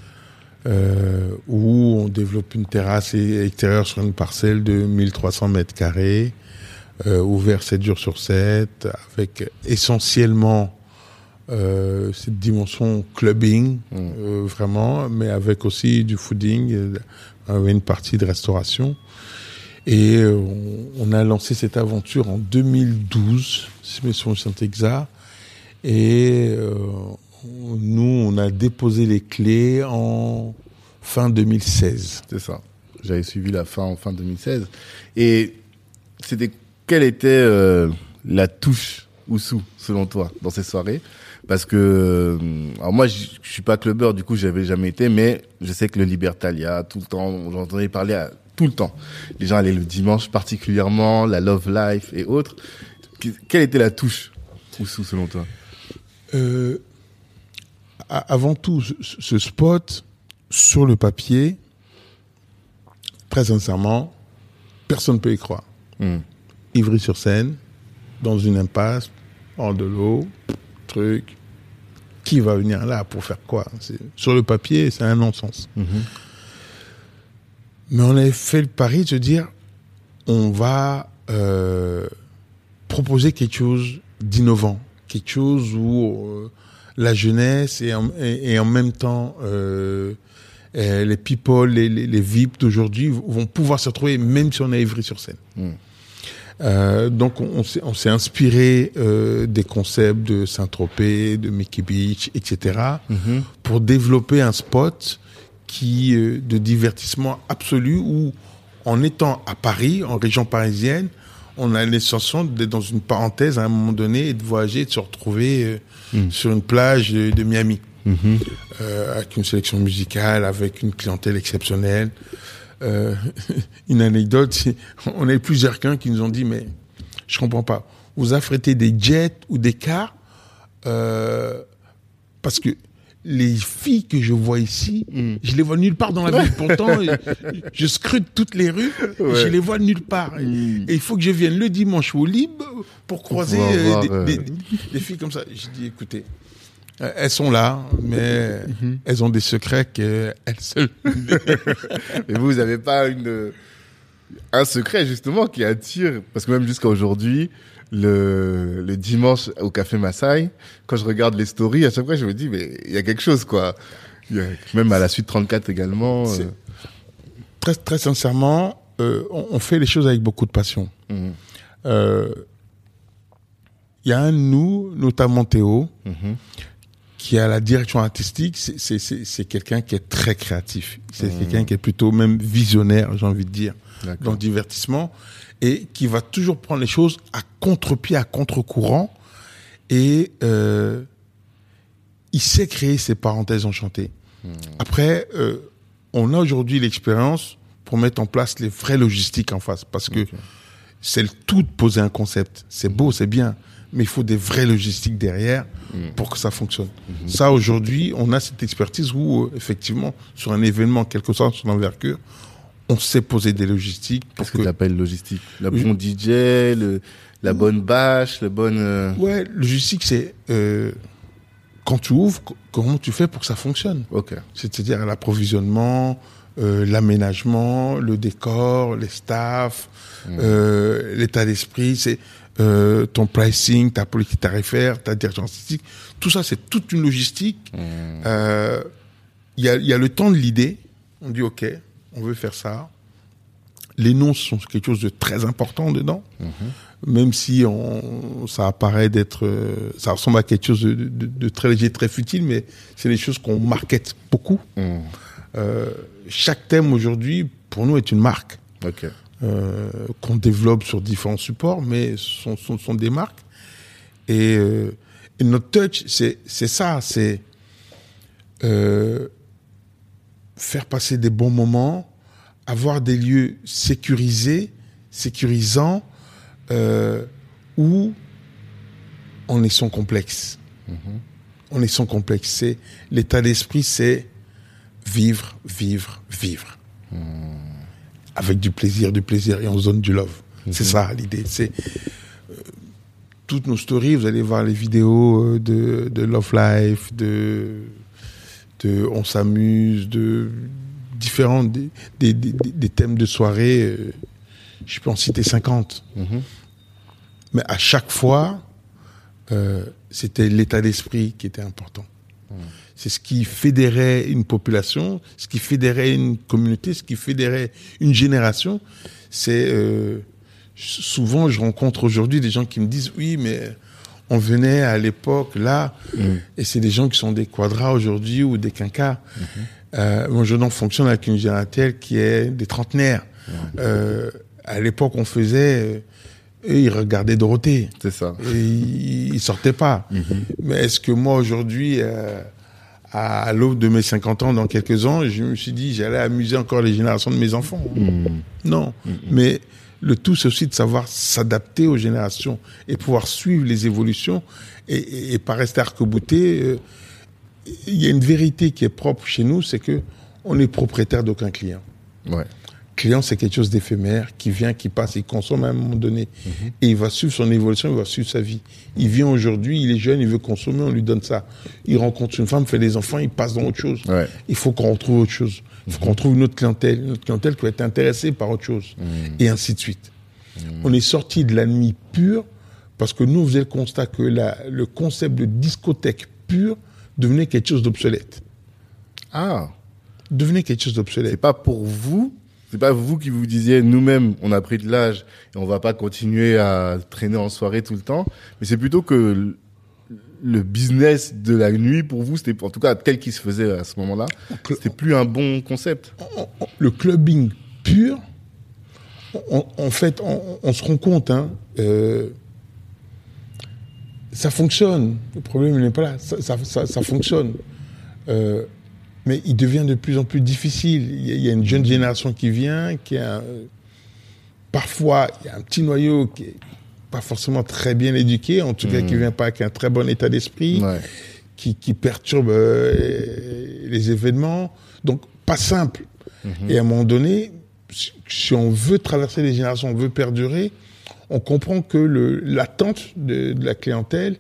où on développe une terrasse extérieure sur une parcelle de 1300 mètres carrés, ouvert 7 jours sur 7, avec essentiellement cette dimension clubbing, vraiment, mais avec aussi du fooding, avec une partie de restauration. Et on a lancé cette aventure en 2012, si mes souvenirs sont exacts. Et Nous, on a déposé les clés en fin 2016. C'est ça. J'avais suivi la fin en fin 2016. Et quelle était la touche Oussou, selon toi, dans ces soirées? Parce que, alors moi, je suis pas clubbeur, du coup, j'avais jamais été, mais je sais que le Libertalia, tout le temps, j'entendais parler tout le temps. Les gens allaient le dimanche particulièrement, la Love Life et autres. Quelle était la touche Oussou, selon toi? Avant tout, ce spot, sur le papier, très sincèrement, personne ne peut y croire. Ivry-sur-Seine, dans une impasse, hors de l'eau, truc. Qui va venir là pour faire quoi? Sur le papier, c'est un non-sens. Mais on avait fait le pari de se dire, on va proposer quelque chose d'innovant, quelque chose où la jeunesse et en même temps les people, les VIP d'aujourd'hui vont pouvoir se retrouver même si on est à Ivry-sur-Seine. Donc on s'est inspiré des concepts de Saint-Tropez, de Mickey Beach, etc. Pour développer un spot de divertissement absolu où, en étant à Paris, en région parisienne, on a l'impression d'être dans une parenthèse à un moment donné et de voyager et de se retrouver sur une plage de Miami. Avec une sélection musicale, avec une clientèle exceptionnelle. Une anecdote, on a eu plusieurs cas qui nous ont dit, mais je comprends pas, vous affrétez des jets ou des cars parce que les filles que je vois ici, je les vois nulle part dans la ville. Pourtant, je scrute toutes les rues, je les vois nulle part. Et il faut que je vienne le dimanche au libre pour croiser des filles comme ça. Je dis, écoutez, elles sont là, mais elles ont des secrets qu'elles seules. Mais vous n'avez pas un secret justement qui attire, parce que même jusqu'à aujourd'hui, le dimanche au Café Maasai, quand je regarde les stories, à chaque fois je me dis mais il y a quelque chose quoi. Même à la suite 34 également. Très très sincèrement, on fait les choses avec beaucoup de passion. Il y a un de nous, notamment Théo, qui a la direction artistique. C'est quelqu'un qui est très créatif. C'est quelqu'un qui est plutôt même visionnaire, j'ai envie de dire, dans le divertissement, et qui va toujours prendre les choses à contre-pied, à contre-courant, et il sait créer ces parenthèses enchantées. Après, on a aujourd'hui l'expérience pour mettre en place les vraies logistiques en face, parce que c'est le tout de poser un concept. C'est beau, c'est bien, mais il faut des vraies logistiques derrière pour que ça fonctionne. Ça, aujourd'hui, on a cette expertise où, effectivement, sur un événement, quel que soit son envergure, on sait poser des logistiques. Qu'est-ce que tu appelles logistique? Le bon DJ, la bonne bâche, le bon... Ouais, logistique, c'est quand tu ouvres, comment tu fais pour que ça fonctionne. C'est-à-dire l'approvisionnement, l'aménagement, le décor, les staffs, l'état d'esprit, c'est ton pricing, ta politique tarifaire, ta direction artistique. Tout ça, c'est toute une logistique. Il y a le temps de l'idée. On dit, OK, on veut faire ça. Les noms sont quelque chose de très important dedans. Même si ça apparaît ça ressemble à quelque chose de très léger, très futile, mais c'est des choses qu'on markete beaucoup. Chaque thème aujourd'hui, pour nous, est une marque. Qu'on développe sur différents supports, mais sont des marques. Et notre touch, c'est ça, c'est faire passer des bons moments, avoir des lieux sécurisants, où on est sans complexe. On est sans complexe. C'est l'état d'esprit, c'est vivre. Avec du plaisir, et on se donne du love. C'est ça l'idée. C'est toutes nos stories, vous allez voir les vidéos de Love Life, de On s'amuse, de différents des thèmes de soirée. Je peux en citer 50. Mais à chaque fois, c'était l'état d'esprit qui était important. C'est ce qui fédérait une population, ce qui fédérait une communauté, ce qui fédérait une génération. C'est souvent, je rencontre aujourd'hui des gens qui me disent « Oui, mais On venait à l'époque là, et c'est des gens qui sont des quadras aujourd'hui ou des quinquas. Mon jeune homme fonctionne avec une génératelle qui est des trentenaires. À l'époque, on faisait... eux, ils regardaient Dorothée. C'est ça. Et ils sortaient pas. Mais est-ce que moi, aujourd'hui, à l'aube de mes 50 ans, dans quelques ans, je me suis dit, j'allais amuser encore les générations de mes enfants? Non. Mais le tout, c'est aussi de savoir s'adapter aux générations et pouvoir suivre les évolutions et pas rester arc-bouté. Il y a une vérité qui est propre chez nous, c'est que on est propriétaire d'aucun client. Ouais. Client, c'est quelque chose d'éphémère, qui vient, qui passe, il consomme à un moment donné. Et il va suivre son évolution, il va suivre sa vie. Il vient aujourd'hui, il est jeune, il veut consommer, on lui donne ça. Il rencontre une femme, fait des enfants, il passe dans autre chose. Ouais. Il faut qu'on retrouve autre chose. Il faut qu'on trouve une autre clientèle qui va être intéressée par autre chose. Et ainsi de suite. On est sorti de la nuit pure, parce que nous, on faisait le constat que le concept de discothèque pure devenait quelque chose d'obsolète. Ah. Devenait quelque chose d'obsolète. C'est pas pour vous? C'est pas vous qui vous disiez, nous-mêmes, on a pris de l'âge et on va pas continuer à traîner en soirée tout le temps. Mais c'est plutôt que le business de la nuit, pour vous, c'était, en tout cas, tel qu'il se faisait à ce moment-là, c'était plus un bon concept. Le clubbing pur, en fait, on se rend compte, ça fonctionne. Le problème, il n'est pas là. Ça fonctionne. Mais il devient de plus en plus difficile. Il y a une jeune génération qui vient, parfois, il y a un petit noyau qui est pas forcément très bien éduqué, en tout cas qui vient pas avec un très bon état d'esprit, qui perturbe les événements. Donc, pas simple. Et à un moment donné, si on veut traverser les générations, on veut perdurer, on comprend que l'attente de la clientèle,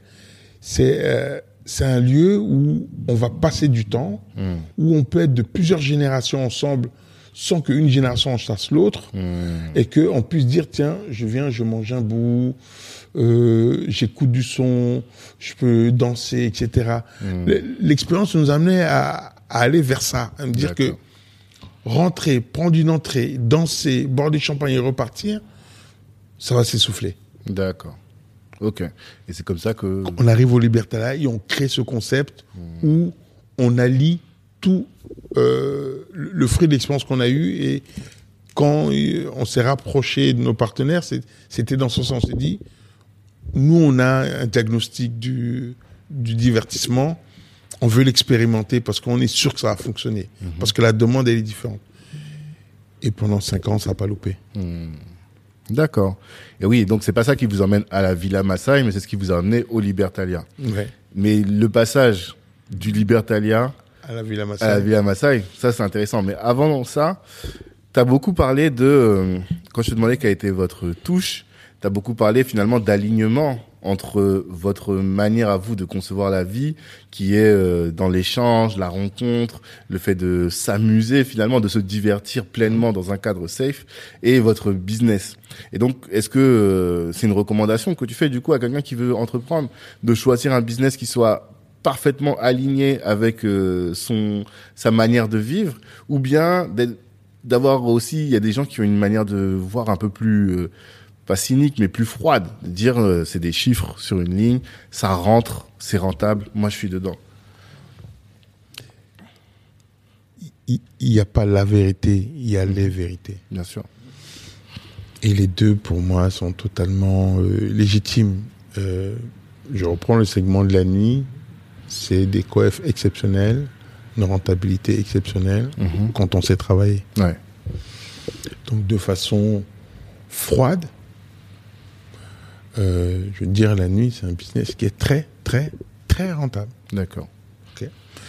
c'est un lieu où on va passer du temps, où on peut être de plusieurs générations ensemble sans qu'une génération en chasse l'autre, et qu'on puisse dire, tiens, je viens, je mange un bout, j'écoute du son, je peux danser, etc. L'expérience nous amenait à aller vers ça, à me dire que rentrer, prendre une entrée, danser, boire du champagne et repartir, ça va s'essouffler. D'accord. Ok. Et c'est comme ça que... On arrive au Libertalia et on crée ce concept où on allie tout le fruit de l'expérience qu'on a eu. Et quand on s'est rapproché de nos partenaires, c'était dans ce sens. On s'est dit, nous, on a un diagnostic du divertissement. On veut l'expérimenter parce qu'on est sûr que ça va fonctionner. Parce que la demande, elle est différente. Et pendant 5 ans, ça n'a pas loupé. D'accord. Et oui, donc c'est pas ça qui vous emmène à la Villa Massaï, mais c'est ce qui vous a amené au Libertalia. Ouais. Mais le passage du Libertalia à la Villa Massaï, ça c'est intéressant. Mais avant ça, t'as beaucoup parlé de, quand je te demandais quelle était votre touche, t'as beaucoup parlé finalement d'alignement entre votre manière à vous de concevoir la vie, qui est dans l'échange, la rencontre, le fait de s'amuser finalement, de se divertir pleinement dans un cadre safe, et votre business. Et donc, est-ce que c'est une recommandation que tu fais du coup à quelqu'un qui veut entreprendre, de choisir un business qui soit parfaitement aligné avec sa manière de vivre, ou bien d'avoir aussi, il y a des gens qui ont une manière de voir un peu plus pas cynique, mais plus froide. Dire, c'est des chiffres sur une ligne, ça rentre, c'est rentable, moi je suis dedans. Il n'y a pas la vérité, il y a les vérités. Bien sûr. Et les deux, pour moi, sont totalement légitimes. Je reprends le segment de la nuit, c'est des coefs exceptionnels, une rentabilité exceptionnelle, quand on sait travailler. Ouais. Donc, de façon froide, je veux dire, la nuit, c'est un business qui est très, très, très rentable. D'accord. Okay.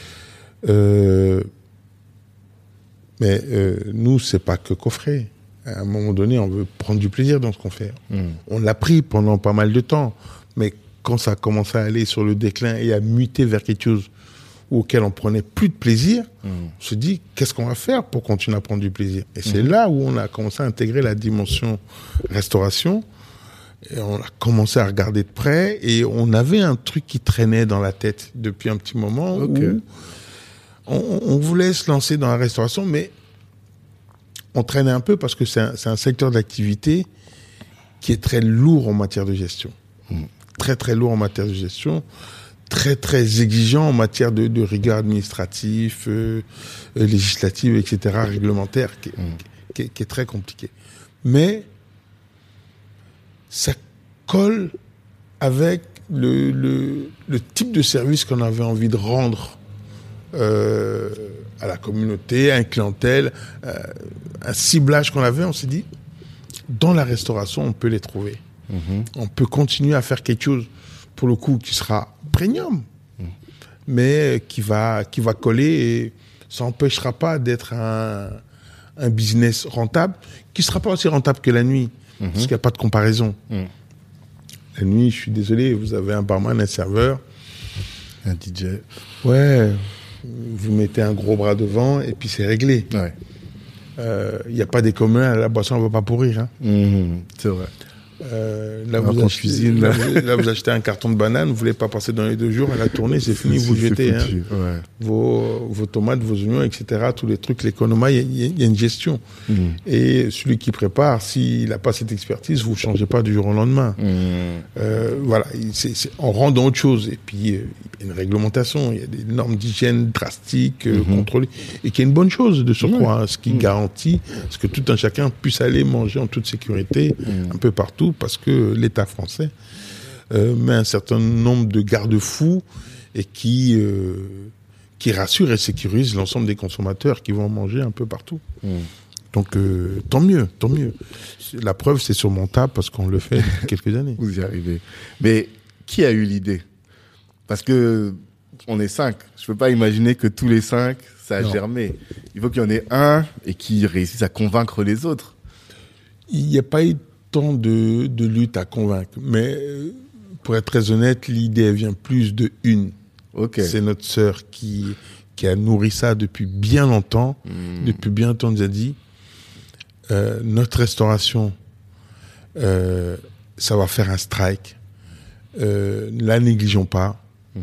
Mais nous, c'est pas que coffret. À un moment donné, on veut prendre du plaisir dans ce qu'on fait. On l'a pris pendant pas mal de temps, mais quand ça a commencé à aller sur le déclin et à muter vers quelque chose auquel on prenait plus de plaisir, on se dit, qu'est-ce qu'on va faire pour continuer à prendre du plaisir? Et c'est là où on a commencé à intégrer la dimension restauration. Et on a commencé à regarder de près et on avait un truc qui traînait dans la tête depuis un petit moment où on voulait se lancer dans la restauration, mais on traînait un peu parce que c'est un secteur d'activité qui est très lourd en matière de gestion. très très lourd en matière de gestion, très très exigeant en matière de rigueur administrative, législative, etc., réglementaire, qui est très compliqué. Mais ça colle avec le type de service qu'on avait envie de rendre à la communauté, à une clientèle, un ciblage qu'on avait. On s'est dit, dans la restauration, on peut les trouver. On peut continuer à faire quelque chose, pour le coup, qui sera premium, mais qui va coller, et ça n'empêchera pas d'être un business rentable, qui ne sera pas aussi rentable que la nuit, parce qu'il n'y a pas de comparaison. La nuit, je suis désolé, vous avez un barman, un serveur, un DJ. Ouais, vous mettez un gros bras devant et puis c'est réglé. Ouais. Y a pas des communs, la boisson ne va pas pourrir. Hein. C'est vrai. Là, vous achetez un carton de banane, vous voulez pas passer dans les 2 jours, elle a tourné, c'est fini, vous le jetez. Hein. Ouais. Vos tomates, vos oignons, etc., tous les trucs, l'économie, il y a une gestion. Et celui qui prépare, s'il n'a pas cette expertise, vous ne changez pas du jour au lendemain. Voilà, on rentre dans autre chose. Et puis, il y a une réglementation, il y a des normes d'hygiène drastiques, contrôlées, et qui est une bonne chose de surcroît, hein, ce qui garantit ce que tout un chacun puisse aller manger en toute sécurité, un peu partout, parce que l'État français met un certain nombre de garde-fous et qui rassure et sécurise l'ensemble des consommateurs qui vont manger un peu partout. Donc, tant mieux. La preuve, c'est surmontable parce qu'on le fait depuis quelques années. Vous y arrivez. Mais qui a eu l'idée? Parce que on est 5. Je peux pas imaginer que tous les 5, ça a germé. Il faut qu'il y en ait un et qui réussisse à convaincre les autres. Il n'y a pas eu tant de lutte à convaincre. Mais pour être très honnête, l'idée vient plus de une. Okay. C'est notre sœur qui a nourri ça depuis bien longtemps. Depuis bien longtemps, nous a dit, notre restauration, ça va faire un strike. La négligeons pas.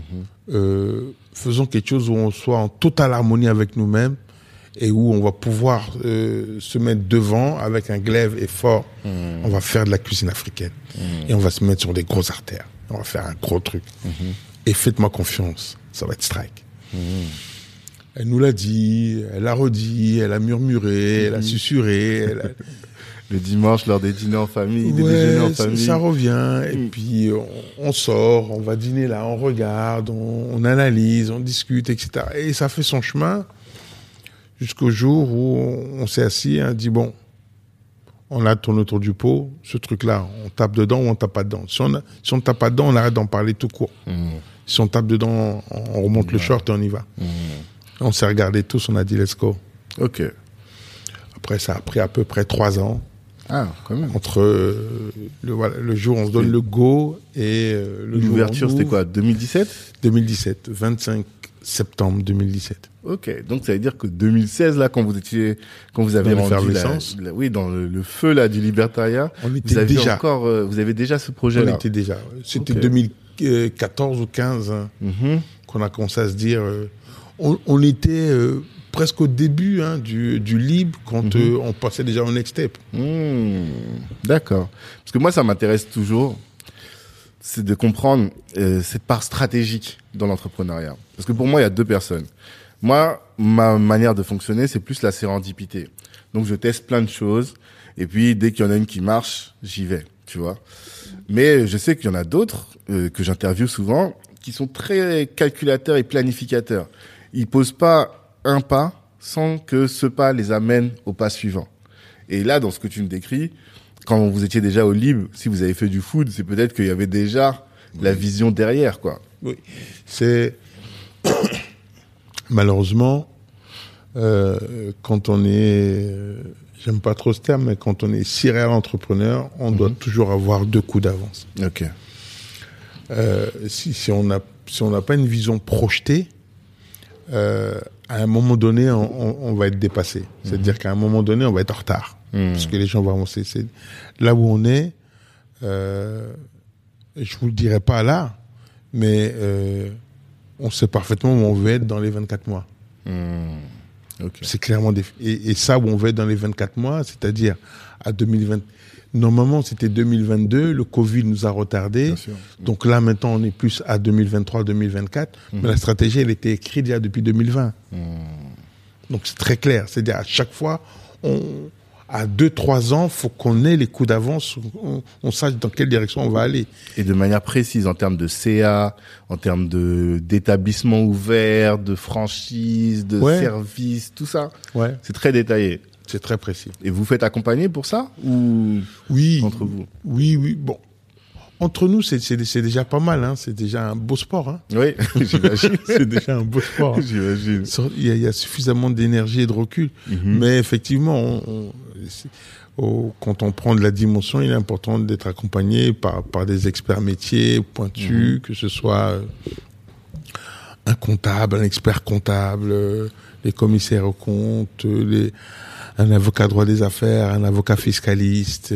Faisons quelque chose où on soit en totale harmonie avec nous-mêmes et où on va pouvoir se mettre devant avec un glaive et fort. On va faire de la cuisine africaine et on va se mettre sur des grosses artères. On va faire un gros truc. Et faites-moi confiance, ça va être strike. Elle nous l'a dit, elle l'a redit, elle a murmuré, elle a susurré. Le dimanche, lors des dîners en famille, des déjeuners en famille. Ça revient, et puis on sort, on va dîner là, on regarde, on analyse, on discute, etc. Et ça fait son chemin jusqu'au jour où on s'est assis et on dit, bon, on a tourné autour du pot, ce truc-là, on tape dedans ou on tape pas dedans. Si on tape pas dedans, on arrête d'en parler tout court. Si on tape dedans, on remonte le short et on y va. On s'est regardés tous, on a dit let's go. Ok. Après, ça a pris à peu près 3 ans. Ah, quand même. Entre le jour où on se donne le go et le jour l'ouverture, c'était quoi, 2017 2017, 25 septembre 2017. Ok, donc ça veut dire que 2016, là, quand vous avez rendu dans le feu là du libertariat, vous avez déjà ce projet-là. On était déjà. C'était 2014 ou 15 qu'on a commencé à se dire. On était presque au début du libre quand on passait déjà au next step. D'accord. Parce que moi, ça m'intéresse toujours, c'est de comprendre cette part stratégique dans l'entrepreneuriat. Parce que pour moi, il y a 2 personnes. Moi, ma manière de fonctionner, c'est plus la sérendipité. Donc, je teste plein de choses. Et puis, dès qu'il y en a une qui marche, j'y vais, tu vois. Mais je sais qu'il y en a d'autres que j'interviewe souvent qui sont très calculateurs et planificateurs. Ils posent pas un pas sans que ce pas les amène au pas suivant. Et là, dans ce que tu me décris, quand vous étiez déjà au Libre, si vous avez fait du food, c'est peut-être qu'il y avait déjà la vision derrière, quoi. Oui. C'est malheureusement quand on est, j'aime pas trop ce terme, mais quand on est serial entrepreneur, on doit toujours avoir 2 coups d'avance. Ok. Si on n'a pas une vision projetée, à un moment donné, on va être dépassé. C'est-à-dire qu'à un moment donné, on va être en retard. Parce que les gens vont avancer. C'est là où on est, je vous le dirai pas là, mais on sait parfaitement où on veut être dans les 24 mois. Okay. C'est clairement et ça, où on va être dans les 24 mois, c'est-à-dire à 2020. Normalement, c'était 2022. Le Covid nous a retardé. Donc là, maintenant, on est plus à 2023-2024. Mais la stratégie, elle était écrite déjà depuis 2020. Donc c'est très clair. C'est-à-dire à chaque fois, à 2-3 ans, faut qu'on ait les coups d'avance, on sache dans quelle direction on va aller. Et de manière précise, en termes de CA, en termes d'établissement ouvert, de franchise, de service, tout ça. Ouais. C'est très détaillé. C'est très précis. Et vous faites accompagner pour ça ou entre vous? Oui. Bon, entre nous, c'est déjà pas mal. Hein. C'est déjà un beau sport. Hein. Oui, j'imagine. C'est déjà un beau sport. Hein. J'imagine. Il y a suffisamment d'énergie et de recul. Mais effectivement, quand on prend de la dimension, il est important d'être accompagné par des experts métiers pointus, que ce soit un comptable, un expert comptable, les commissaires aux comptes, un avocat droit des affaires, un avocat fiscaliste,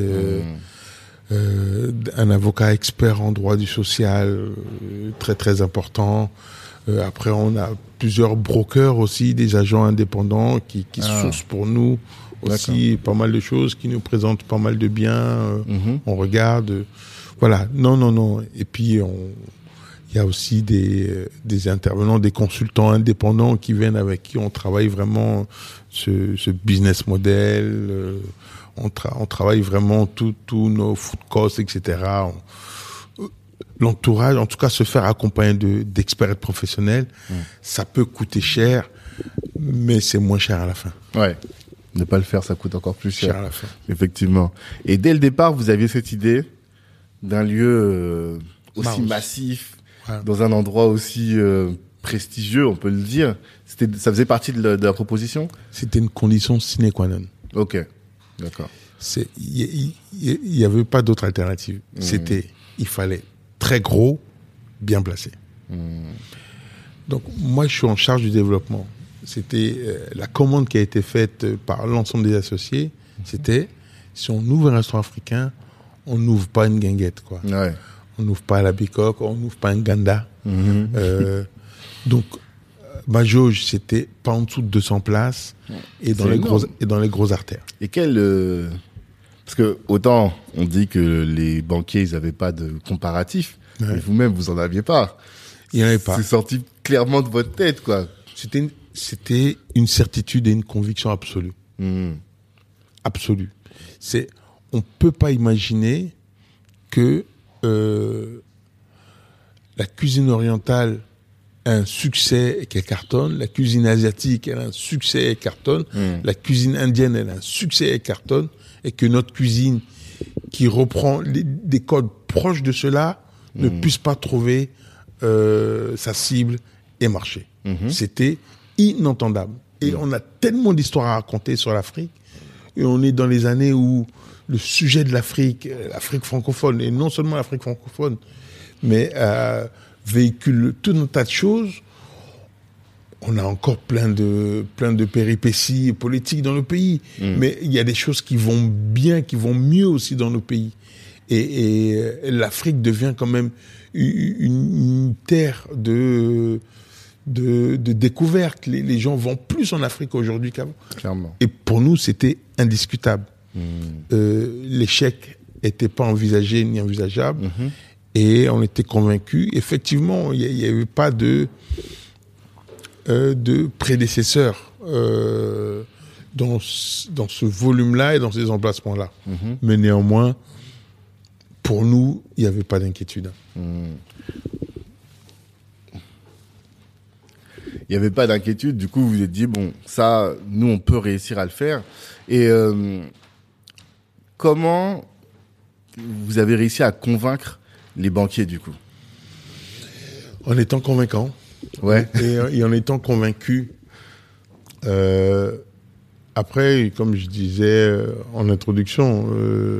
un avocat expert en droit du social, très très important. Après, on a plusieurs brokers aussi, des agents indépendants qui sourcent pour nous aussi pas mal de choses, qui nous présentent pas mal de biens. On regarde, voilà. Non. Et puis il y a aussi des intervenants, des consultants indépendants qui viennent, avec qui on travaille vraiment ce business model. On travaille vraiment tous nos food costs, etc. L'entourage, en tout cas, se faire accompagner d'experts et de professionnels, ça peut coûter cher, mais c'est moins cher à la fin. Ouais. Ne pas le faire, ça coûte encore plus cher à la fin. Effectivement. Et dès le départ, vous aviez cette idée d'un lieu aussi massif, dans un endroit aussi prestigieux, on peut le dire. Ça faisait partie de la proposition? C'était une condition sine qua non. Ok, d'accord. Il y avait pas d'autre alternative. Il fallait très gros, bien placé. Donc moi, je suis en charge du développement. C'était la commande qui a été faite par l'ensemble des associés. C'était, si on ouvre un restaurant africain, on n'ouvre pas une guinguette, quoi. Ouais. On n'ouvre pas la bicoque, on n'ouvre pas un ganda. Donc, ma jauge, c'était pas en dessous de 200 places et dans les grosses artères. Et parce que autant on dit que les banquiers, ils avaient pas de comparatif, mais vous-même, vous en aviez pas. Il n'y en avait pas. C'est sorti clairement de votre tête, quoi. C'était une certitude et une conviction absolue. Absolue. On peut pas imaginer que la cuisine orientale a un succès et qu'elle cartonne, la cuisine asiatique elle a un succès et cartonne, la cuisine indienne elle a un succès et cartonne, et que notre cuisine qui reprend des codes proches de cela ne puisse pas trouver sa cible et marcher. C'était inentendable. Et on a tellement d'histoires à raconter sur l'Afrique, et on est dans les années où le sujet de l'Afrique francophone, et non seulement l'Afrique francophone, mais véhicule tout un tas de choses. On a encore plein de péripéties politiques dans le pays, mais il y a des choses qui vont bien, qui vont mieux aussi dans nos pays. Et l'Afrique devient quand même une terre de découverte. Les gens vont plus en Afrique aujourd'hui qu'avant. Clairement. Et pour nous, c'était indiscutable. L'échec n'était pas envisagé ni envisageable. Et on était convaincus. Effectivement, il n'y avait pas de prédécesseurs dans ce volume-là et dans ces emplacements-là. Mais néanmoins, pour nous, il n'y avait pas d'inquiétude. Il n'y avait pas d'inquiétude. Du coup, vous vous êtes dit, bon, ça, nous, on peut réussir à le faire. Et comment vous avez réussi à convaincre les banquiers, du coup? En étant convaincant. Ouais. Et en étant convaincu. Après, comme je disais en introduction,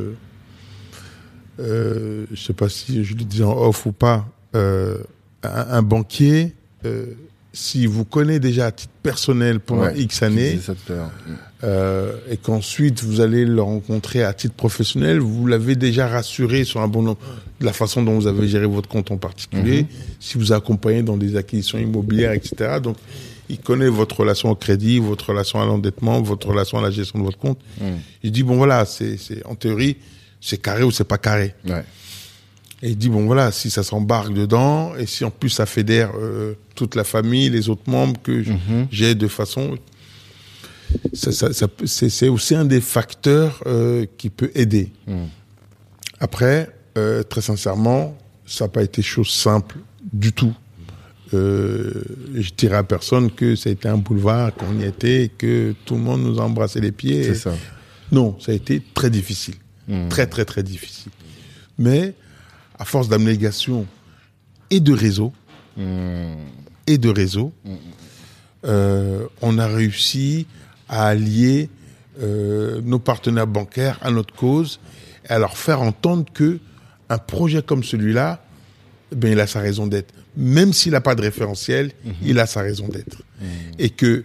je ne sais pas si je le disais en off ou pas, un banquier... si vous connaissez déjà à titre personnel pendant X années, et qu'ensuite vous allez le rencontrer à titre professionnel, vous l'avez déjà rassuré sur un bon nombre de la façon dont vous avez géré votre compte en particulier, si vous accompagnez dans des acquisitions immobilières, etc. Donc, il connaît votre relation au crédit, votre relation à l'endettement, votre relation à la gestion de votre compte. Il dit, bon, voilà, c'est, en théorie, c'est carré ou c'est pas carré. Ouais. Et il dit, bon, voilà, si ça s'embarque dedans, et si en plus ça fédère toute la famille, les autres membres que j'ai de façon... c'est aussi un des facteurs qui peut aider. Après, très sincèrement, ça n'a pas été chose simple du tout. Je dirais à personne que ça a été un boulevard, qu'on y était, et que tout le monde nous a embrassé les pieds. C'est ça. Non, ça a été très difficile. Très, très, très difficile. Mais, à force d'abnégation et de réseau, on a réussi à allier nos partenaires bancaires à notre cause et à leur faire entendre que un projet comme celui-là, ben, il a sa raison d'être. Même s'il n'a pas de référentiel, il a sa raison d'être. Et que,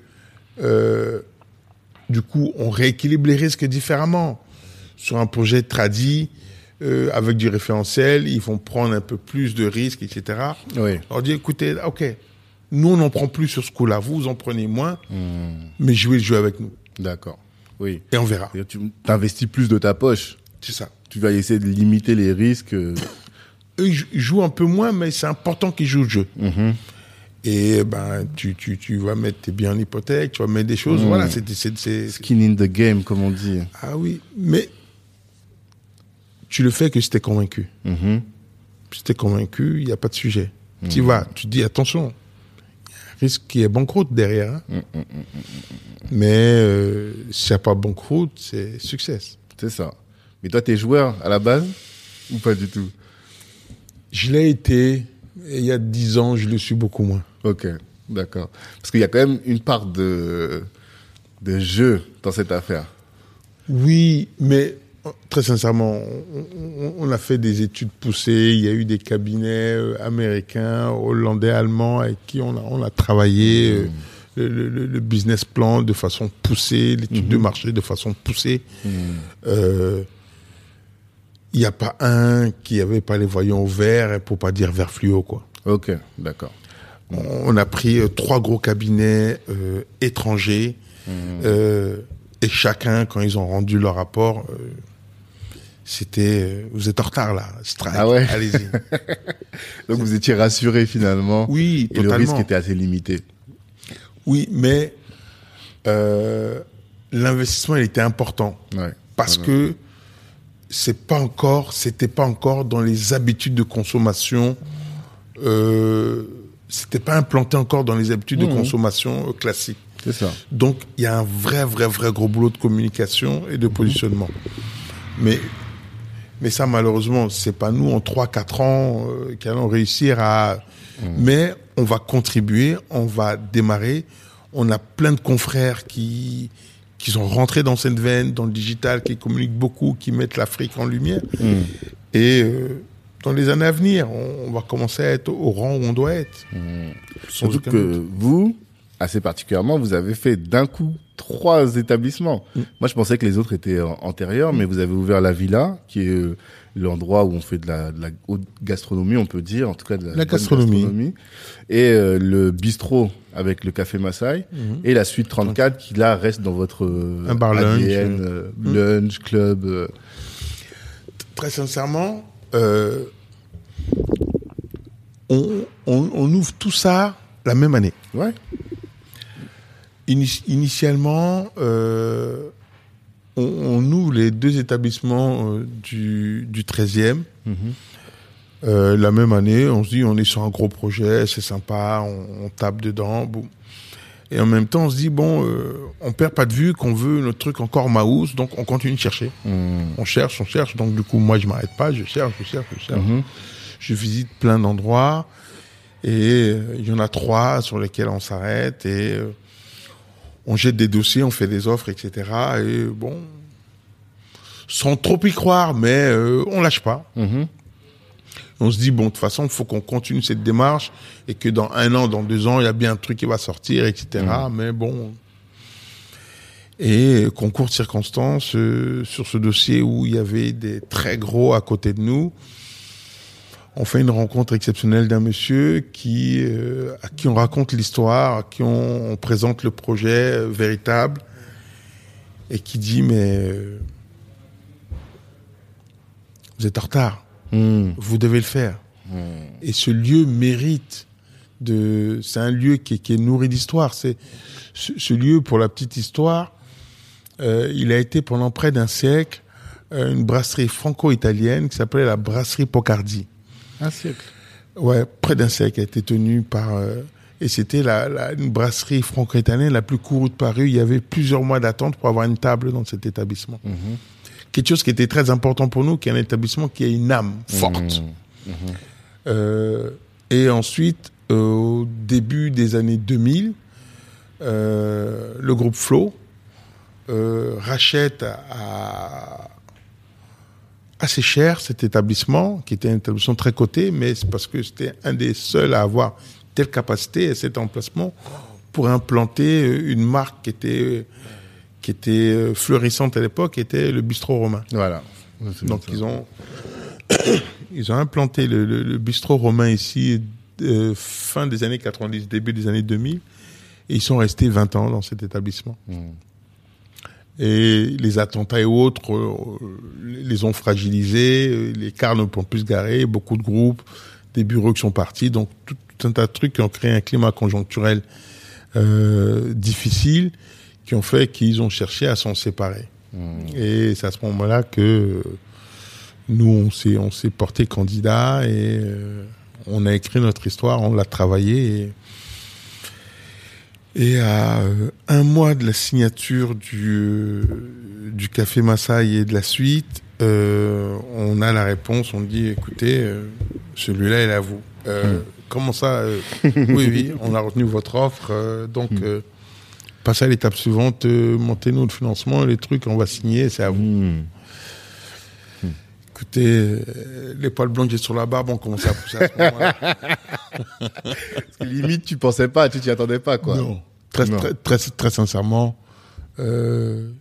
du coup, on rééquilibre les risques différemment. Sur un projet tradit, avec du référentiel, ils vont prendre un peu plus de risques, etc. Oui. On leur dit, écoutez, ok, nous, on n'en prend plus sur ce coup-là. Vous en prenez moins, mais jouez le jeu avec nous. D'accord. Oui. Et on verra. C'est-à-dire, tu investis plus de ta poche. C'est ça. Tu vas essayer de limiter les risques. Eux, ils jouent un peu moins, mais c'est important qu'ils jouent le jeu. Et ben, tu vas mettre tes biens en hypothèque, tu vas mettre des choses. Voilà, c'est... Skin in the game, comme on dit. Ah oui, mais tu le fais que si t'es convaincu. Si t'es convaincu, il n'y a pas de sujet. Tu vas, tu dis attention, il y a un risque qu'il y ait banqueroute derrière. Mais s'il n'y a pas banqueroute, c'est succès. C'est ça. Mais toi, t'es joueur à la base ou pas du tout? Je l'ai été, et il y a 10 ans, je le suis beaucoup moins. Ok, d'accord. Parce qu'il y a quand même une part de jeu dans cette affaire. Oui, mais très sincèrement, on a fait des études poussées. Il y a eu des cabinets américains, hollandais, allemands avec qui on a travaillé le business plan de façon poussée, l'étude de marché de façon poussée. Il n'y a pas un qui avait pas les voyants au vert, pour pas dire vert fluo, quoi. Ok, d'accord. On a pris 3 gros cabinets étrangers et chacun, quand ils ont rendu leur rapport, c'était vous êtes en retard là, strike, ah ouais. Allez-y. Donc vous étiez rassuré finalement. Oui, et totalement. le risque était assez limité. Oui, mais l'investissement il était important parce que c'était pas encore dans les habitudes de consommation. C'était pas implanté encore dans les habitudes de consommation classiques. C'est ça. Donc, il y a un vrai gros boulot de communication et de positionnement. Mais ça, malheureusement, c'est pas nous, en 3-4 ans, qui allons réussir à... Mais on va contribuer, on va démarrer. On a plein de confrères qui sont rentrés dans cette veine, dans le digital, qui communiquent beaucoup, qui mettent l'Afrique en lumière. Et... dans les années à venir, on va commencer à être au rang où on doit être. Surtout que vous, assez particulièrement, vous avez fait d'un coup 3 établissements. Moi, je pensais que les autres étaient antérieurs, mais vous avez ouvert la Villa, qui est l'endroit où on fait de la haute gastronomie, on peut dire, en tout cas de la gastronomie. Et le bistrot avec le café Maasai, et la suite 34 qui là reste dans votre un bar ADN, lunch, club. Très sincèrement, on ouvre tout ça la même année. Ouais. Initialement, on ouvre les 2 établissements du 13e. La même année, on se dit on est sur un gros projet, c'est sympa, on tape dedans. Boum. Et en même temps, on se dit bon, on perd pas de vue qu'on veut notre truc encore maousse, donc on continue de chercher. On cherche. Donc du coup, moi, je m'arrête pas, je cherche. Je visite plein d'endroits et il y en a 3 sur lesquels on s'arrête et on jette des dossiers, on fait des offres, etc. Et bon, sans trop y croire, mais on lâche pas. On se dit, bon, de toute façon, il faut qu'on continue cette démarche et que dans 1 an, dans 2 ans, il y a bien un truc qui va sortir, etc. Mais bon. Et concours de circonstances, sur ce dossier où il y avait des très gros à côté de nous, on fait une rencontre exceptionnelle d'un monsieur à qui on raconte l'histoire, à qui on présente le projet véritable, et qui dit mais vous êtes en retard, vous devez le faire. Et ce lieu mérite c'est un lieu qui est nourri d'histoire. C'est ce lieu, pour la petite histoire, il a été pendant près d'un siècle une brasserie franco-italienne qui s'appelait la brasserie Pocardi. Un siècle. Ouais, près d'un siècle a été tenu par et c'était une brasserie franco-italienne la plus courue de Paris. Il y avait plusieurs mois d'attente pour avoir une table dans cet établissement. Quelque chose qui était très important pour nous, qui est un établissement qui a une âme forte. Et ensuite, au début des années 2000, le groupe Flow rachète assez cher cet établissement, qui était un établissement très coté, mais c'est parce que c'était un des seuls à avoir telle capacité et cet emplacement pour implanter une marque qui était florissante à l'époque, qui était le bistrot romain. Voilà. Donc ils ont implanté le bistrot romain ici fin des années 90, début des années 2000, et ils sont restés 20 ans dans cet établissement. Et les attentats et autres les ont fragilisés, les cars ne peuvent plus se garer, beaucoup de groupes, des bureaux qui sont partis, donc tout un tas de trucs qui ont créé un climat conjoncturel difficile, qui ont fait qu'ils ont cherché à s'en séparer. Et c'est à ce moment-là que nous, on s'est porté candidat et on a écrit notre histoire, on l'a travaillé. Et à un mois de la signature du Café Massaï et de la suite, on a la réponse, on dit, écoutez, celui-là est à vous. Comment ça Oui, on a retenu votre offre, donc passez à l'étape suivante, montez-nous le financement, les trucs, on va signer, c'est à vous. Écoutez, les poils blancs qui sont sur la barbe, on commençait à pousser à ce moment-là. Parce que limite, tu pensais pas, tu t'y attendais pas, quoi. Non. Très sincèrement, on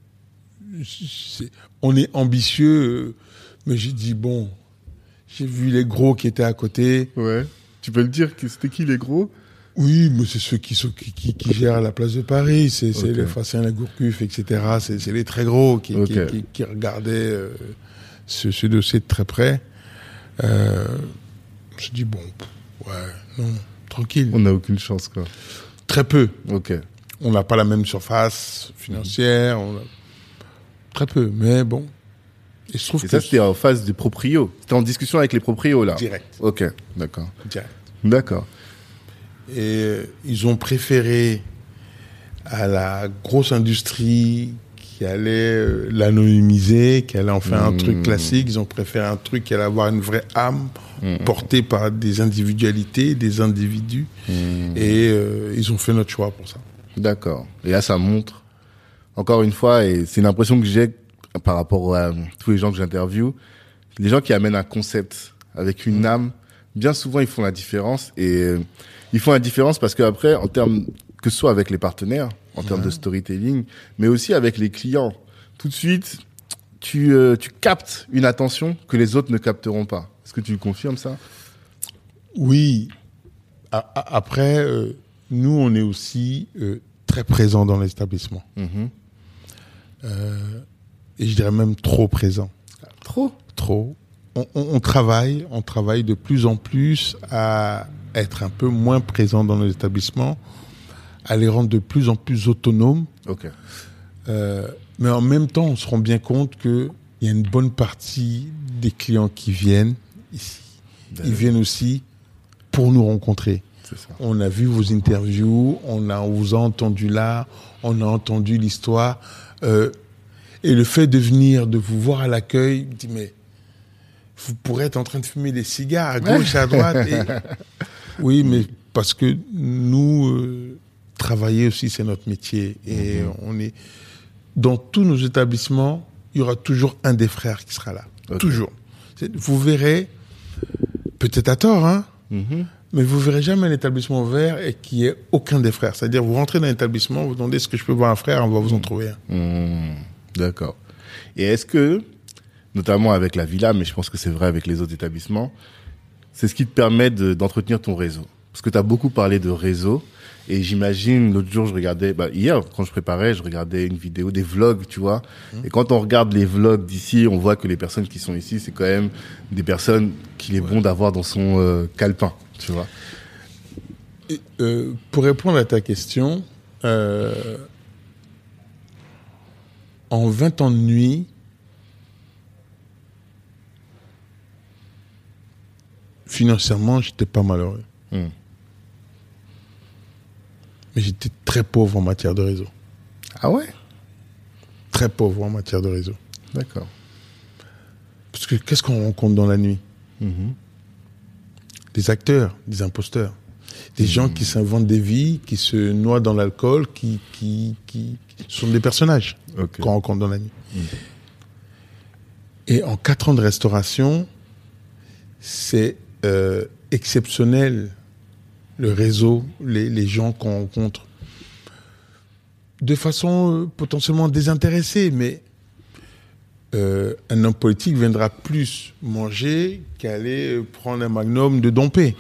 est ambitieux, mais j'ai dit, bon, j'ai vu les gros qui étaient à côté. Ouais. Tu peux le dire, c'était qui les gros? Oui, mais c'est ceux qui gèrent la place de Paris, c'est les Facien, la Gourcuff, etc. C'est les très gros qui regardaient ce dossier de très près. Je dis bon, non, tranquille. On n'a aucune chance, quoi. Très peu. Ok. On n'a pas la même surface financière, très peu, mais bon. Et je trouve que ça, c'était en phase des proprios. C'était en discussion avec les proprios, là. Direct. Ok, d'accord. Direct. D'accord. Et ils ont préféré à la grosse industrie qui allait l'anonymiser, qui allait en faire un truc classique. Ils ont préféré un truc qui allait avoir une vraie âme, portée par des individualités, des individus. Et ils ont fait notre choix pour ça. D'accord. Et là, ça montre, encore une fois, et c'est une impression que j'ai par rapport à tous les gens que j'interviewe, les gens qui amènent un concept avec une âme, bien souvent, ils font la différence. Et ils font la différence parce qu'après, en termes, que ce soit avec les partenaires, en termes de storytelling, mais aussi avec les clients, tout de suite, tu captes une attention que les autres ne capteront pas. Est-ce que tu confirmes ça? Oui. Après, nous, on est aussi très présents dans l'établissement. Et je dirais même trop présents. Trop. On travaille de plus en plus à être un peu moins présent dans nos établissements, à les rendre de plus en plus autonomes. Mais en même temps, on se rend bien compte qu'il y a une bonne partie des clients qui viennent ici. Ils viennent aussi pour nous rencontrer. C'est ça. On a vu vos interviews, on vous a entendu là, on a entendu l'histoire. Et le fait de venir, de vous voir à l'accueil, me dit, mais vous pourrez être en train de fumer des cigares à gauche, à droite. Oui, mais parce que nous, travailler aussi, c'est notre métier. Et on est dans tous nos établissements, il y aura toujours un des frères qui sera là. Toujours. Vous verrez, peut-être à tort, hein, mais vous verrez jamais un établissement ouvert et qu'il n'y ait aucun des frères. C'est-à-dire, vous rentrez dans un établissement, vous demandez est-ce que je peux voir un frère, on va vous en trouver un. D'accord. Et est-ce que, notamment avec la villa, mais je pense que c'est vrai avec les autres établissements, c'est ce qui te permet d'entretenir ton réseau. Parce que tu as beaucoup parlé de réseau. Et j'imagine, l'autre jour, hier, quand je préparais, je regardais une vidéo, des vlogs, tu vois. Et quand on regarde les vlogs d'ici, on voit que les personnes qui sont ici, c'est quand même des personnes qu'il est bon d'avoir dans son calepin, tu vois. Pour répondre à ta question, en 20 ans de nuit, financièrement, j'étais pas malheureux. Mais j'étais très pauvre en matière de réseau. Ah ouais? Très pauvre en matière de réseau. D'accord. Parce que qu'est-ce qu'on rencontre dans la nuit? Des acteurs, des imposteurs. Des gens qui s'inventent des vies, qui se noient dans l'alcool, qui sont des personnages qu'on rencontre dans la nuit. Et en 4 ans de restauration, c'est exceptionnel. Le réseau, les gens qu'on rencontre, de façon potentiellement désintéressée, mais un homme politique viendra plus manger qu'aller prendre un magnum de Dompé.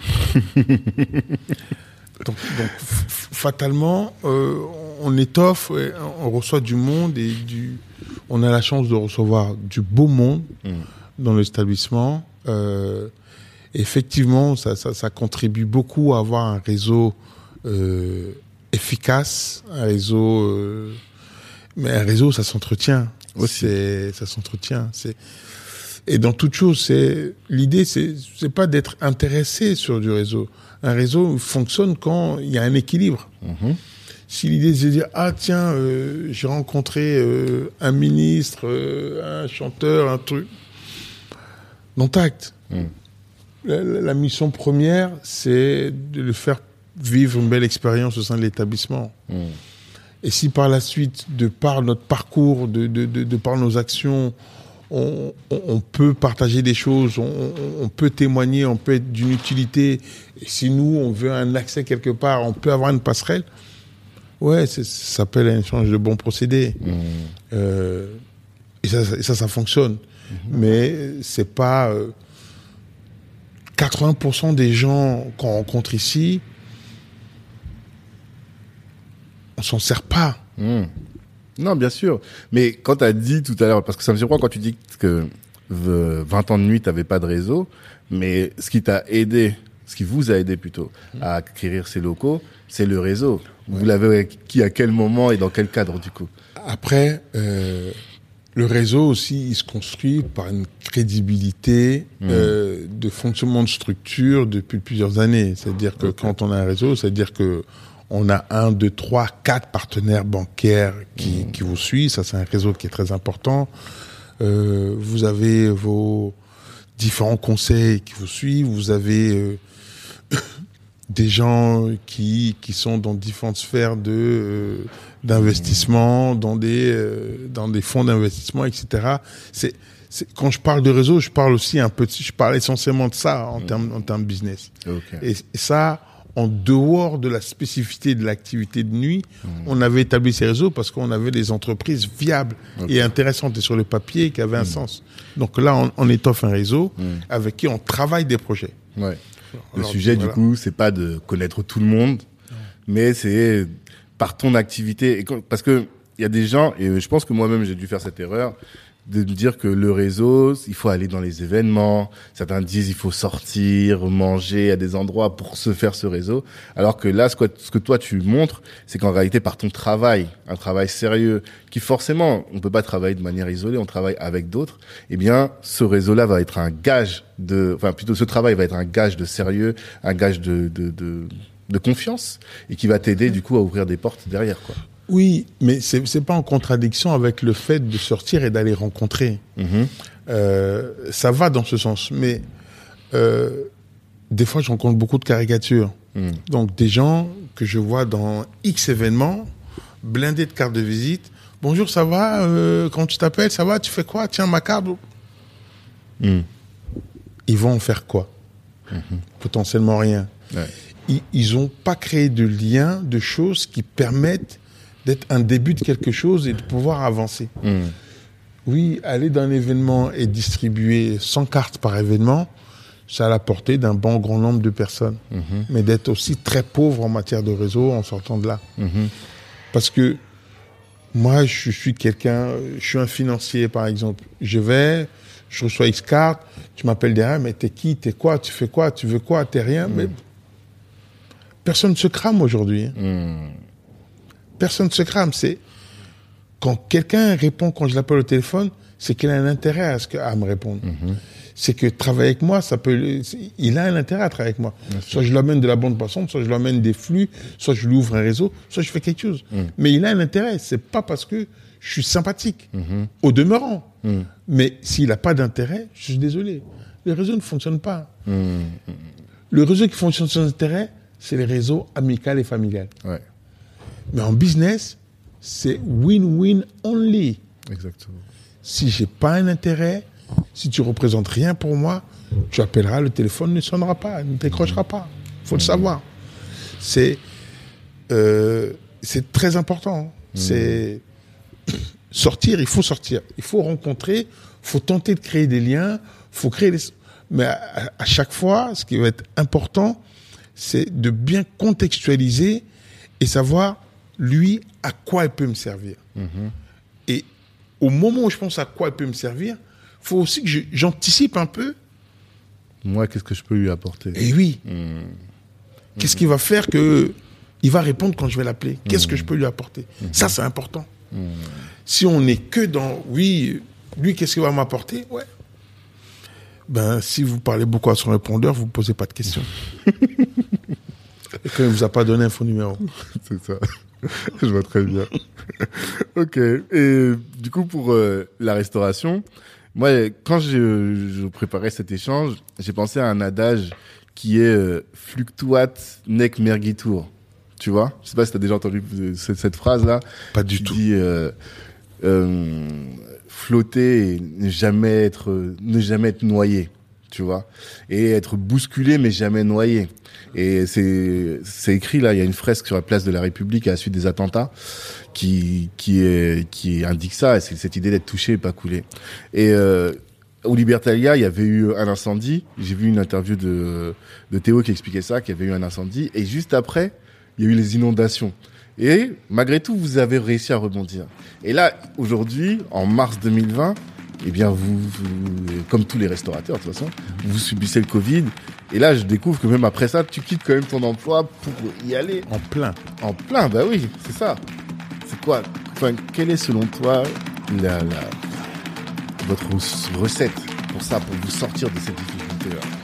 donc fatalement, on étoffe, on reçoit du monde et on a la chance de recevoir du beau monde dans l'établissement. Effectivement, ça contribue beaucoup à avoir un réseau efficace, un réseau, mais un réseau, ça s'entretient. Ça s'entretient. Et dans toute chose, l'idée, c'est pas d'être intéressé sur du réseau. Un réseau fonctionne quand il y a un équilibre. Si l'idée c'est de dire tiens, j'ai rencontré un ministre, un chanteur, un truc, non tact. La mission première, c'est de le faire vivre une belle expérience au sein de l'établissement. Et si par la suite, de par notre parcours, de par nos actions, on peut partager des choses, on peut témoigner, on peut être d'une utilité, et si nous, on veut un accès quelque part, on peut avoir une passerelle, ça s'appelle un échange de bons procédés. Et ça fonctionne. Mais c'est pas... 80% des gens qu'on rencontre ici, on s'en sert pas. Non, bien sûr. Mais quand tu as dit tout à l'heure, parce que ça me surprend quand tu dis que 20 ans de nuit, tu n'avais pas de réseau, mais ce qui vous a aidé plutôt à acquérir ces locaux, c'est le réseau. Vous l'avez acquis à quel moment et dans quel cadre du coup? Après, le réseau aussi, il se construit par une crédibilité de fonctionnement de structure depuis plusieurs années. C'est-à-dire que quand on a un réseau, c'est-à-dire que on a 1, 2, 3, 4 partenaires bancaires qui vous suivent. Ça, c'est un réseau qui est très important. Vous avez vos différents conseils qui vous suivent. Vous avez des gens qui sont dans différentes sphères d'investissement, dans des fonds d'investissement, etc. Quand je parle de réseau, je parle aussi je parle essentiellement de ça en termes business. Et ça, en dehors de la spécificité de l'activité de nuit, on avait établi ces réseaux parce qu'on avait des entreprises viables et intéressantes et sur le papier qui avaient un sens. Donc là, on étoffe un réseau avec qui on travaille des projets. Ouais. Le sujet, du coup, c'est pas de connaître tout le monde, mais c'est par ton activité. Parce que il y a des gens, et je pense que moi-même, j'ai dû faire cette erreur, de me dire que le réseau, il faut aller dans les événements. Certains disent il faut sortir, manger à des endroits pour se faire ce réseau. Alors que là, ce que toi tu montres, c'est qu'en réalité, par ton travail, un travail sérieux, qui forcément, on peut pas travailler de manière isolée, on travaille avec d'autres. Eh bien, ce réseau-là va être un gage ce travail va être un gage de sérieux, un gage de confiance, et qui va t'aider du coup à ouvrir des portes derrière, quoi. Oui, mais c'est pas en contradiction avec le fait de sortir et d'aller rencontrer. Ça va dans ce sens, mais des fois, je rencontre beaucoup de caricatures. Donc, des gens que je vois dans X événements, blindés de cartes de visite. Bonjour, ça va? Quand tu t'appelles, ça va? Tu fais quoi? Tiens, ma carte. Ils vont en faire quoi? Potentiellement rien. Ouais. Ils ont pas créé de lien, de choses qui permettent d'être un début de quelque chose et de pouvoir avancer. Oui, aller dans un événement et distribuer 100 cartes par événement, c'est à la portée d'un bon grand nombre de personnes. Mais d'être aussi très pauvre en matière de réseau en sortant de là. Parce que moi, je suis un financier, par exemple. Je reçois X-Card, tu m'appelles derrière, mais t'es qui, t'es quoi, tu fais quoi, tu veux quoi, t'es rien. Mais personne ne se crame aujourd'hui. Personne ne se crame. C'est quand quelqu'un répond quand je l'appelle au téléphone, c'est qu'il a un intérêt à me répondre. C'est que travailler avec moi, il a un intérêt à travailler avec moi. Soit je lui amène de la bande passante, soit je lui amène des flux, soit je lui ouvre un réseau, soit je fais quelque chose. Mais il a un intérêt. C'est pas parce que je suis sympathique, au demeurant. Mais s'il n'a pas d'intérêt, je suis désolé. Le réseau ne fonctionne pas. Le réseau qui fonctionne sans intérêt, c'est les réseaux amicaux et familial. Ouais. Mais en business, c'est win-win only. Exactement. Si j'ai pas un intérêt, si tu représentes rien pour moi, tu appelleras, le téléphone ne sonnera pas, ne décrochera pas. Faut le savoir. C'est très important. C'est sortir, il faut sortir. Il faut rencontrer, il faut tenter de créer des liens, faut créer mais à chaque fois, ce qui va être important, c'est de bien contextualiser et savoir, lui, à quoi il peut me servir. Et au moment où je pense à quoi il peut me servir, il faut aussi que j'anticipe un peu. Moi, qu'est-ce que je peux lui apporter? Et oui. Qu'est-ce qui va faire que il va répondre quand je vais l'appeler? Qu'est-ce que je peux lui apporter? Ça, c'est important. Si on n'est que dans, oui, lui, qu'est-ce qu'il va m'apporter? Ouais. Ben, si vous parlez beaucoup à son répondeur, vous ne posez pas de questions. Et quand il ne vous a pas donné un faux numéro. C'est ça. Je vois très bien. Ok. Et du coup, pour la restauration, moi, quand je préparais cet échange, j'ai pensé à un adage qui est fluctuat nec mergitur. Tu vois? Je sais pas si tu as déjà entendu cette phrase-là. Pas du tout. Dit flotter et ne jamais être noyé. Tu vois? Et être bousculé mais jamais noyé. Et c'est écrit là, il y a une fresque sur la place de la République à la suite des attentats qui indique ça, et c'est cette idée d'être touché et pas coulé. Et au Libertalia, il y avait eu un incendie. J'ai vu une interview de Théo qui expliquait ça, qu'il y avait eu un incendie, et juste après, il y a eu les inondations. Et malgré tout, vous avez réussi à rebondir. Et là, aujourd'hui, en mars 2020, eh bien, vous, comme tous les restaurateurs, de toute façon, vous subissez le Covid. Et là, je découvre que même après ça, tu quittes quand même ton emploi pour y aller. En plein. En plein, bah oui, c'est ça. C'est quoi? Enfin, quelle est selon toi votre recette pour ça, pour vous sortir de cette difficulté-là?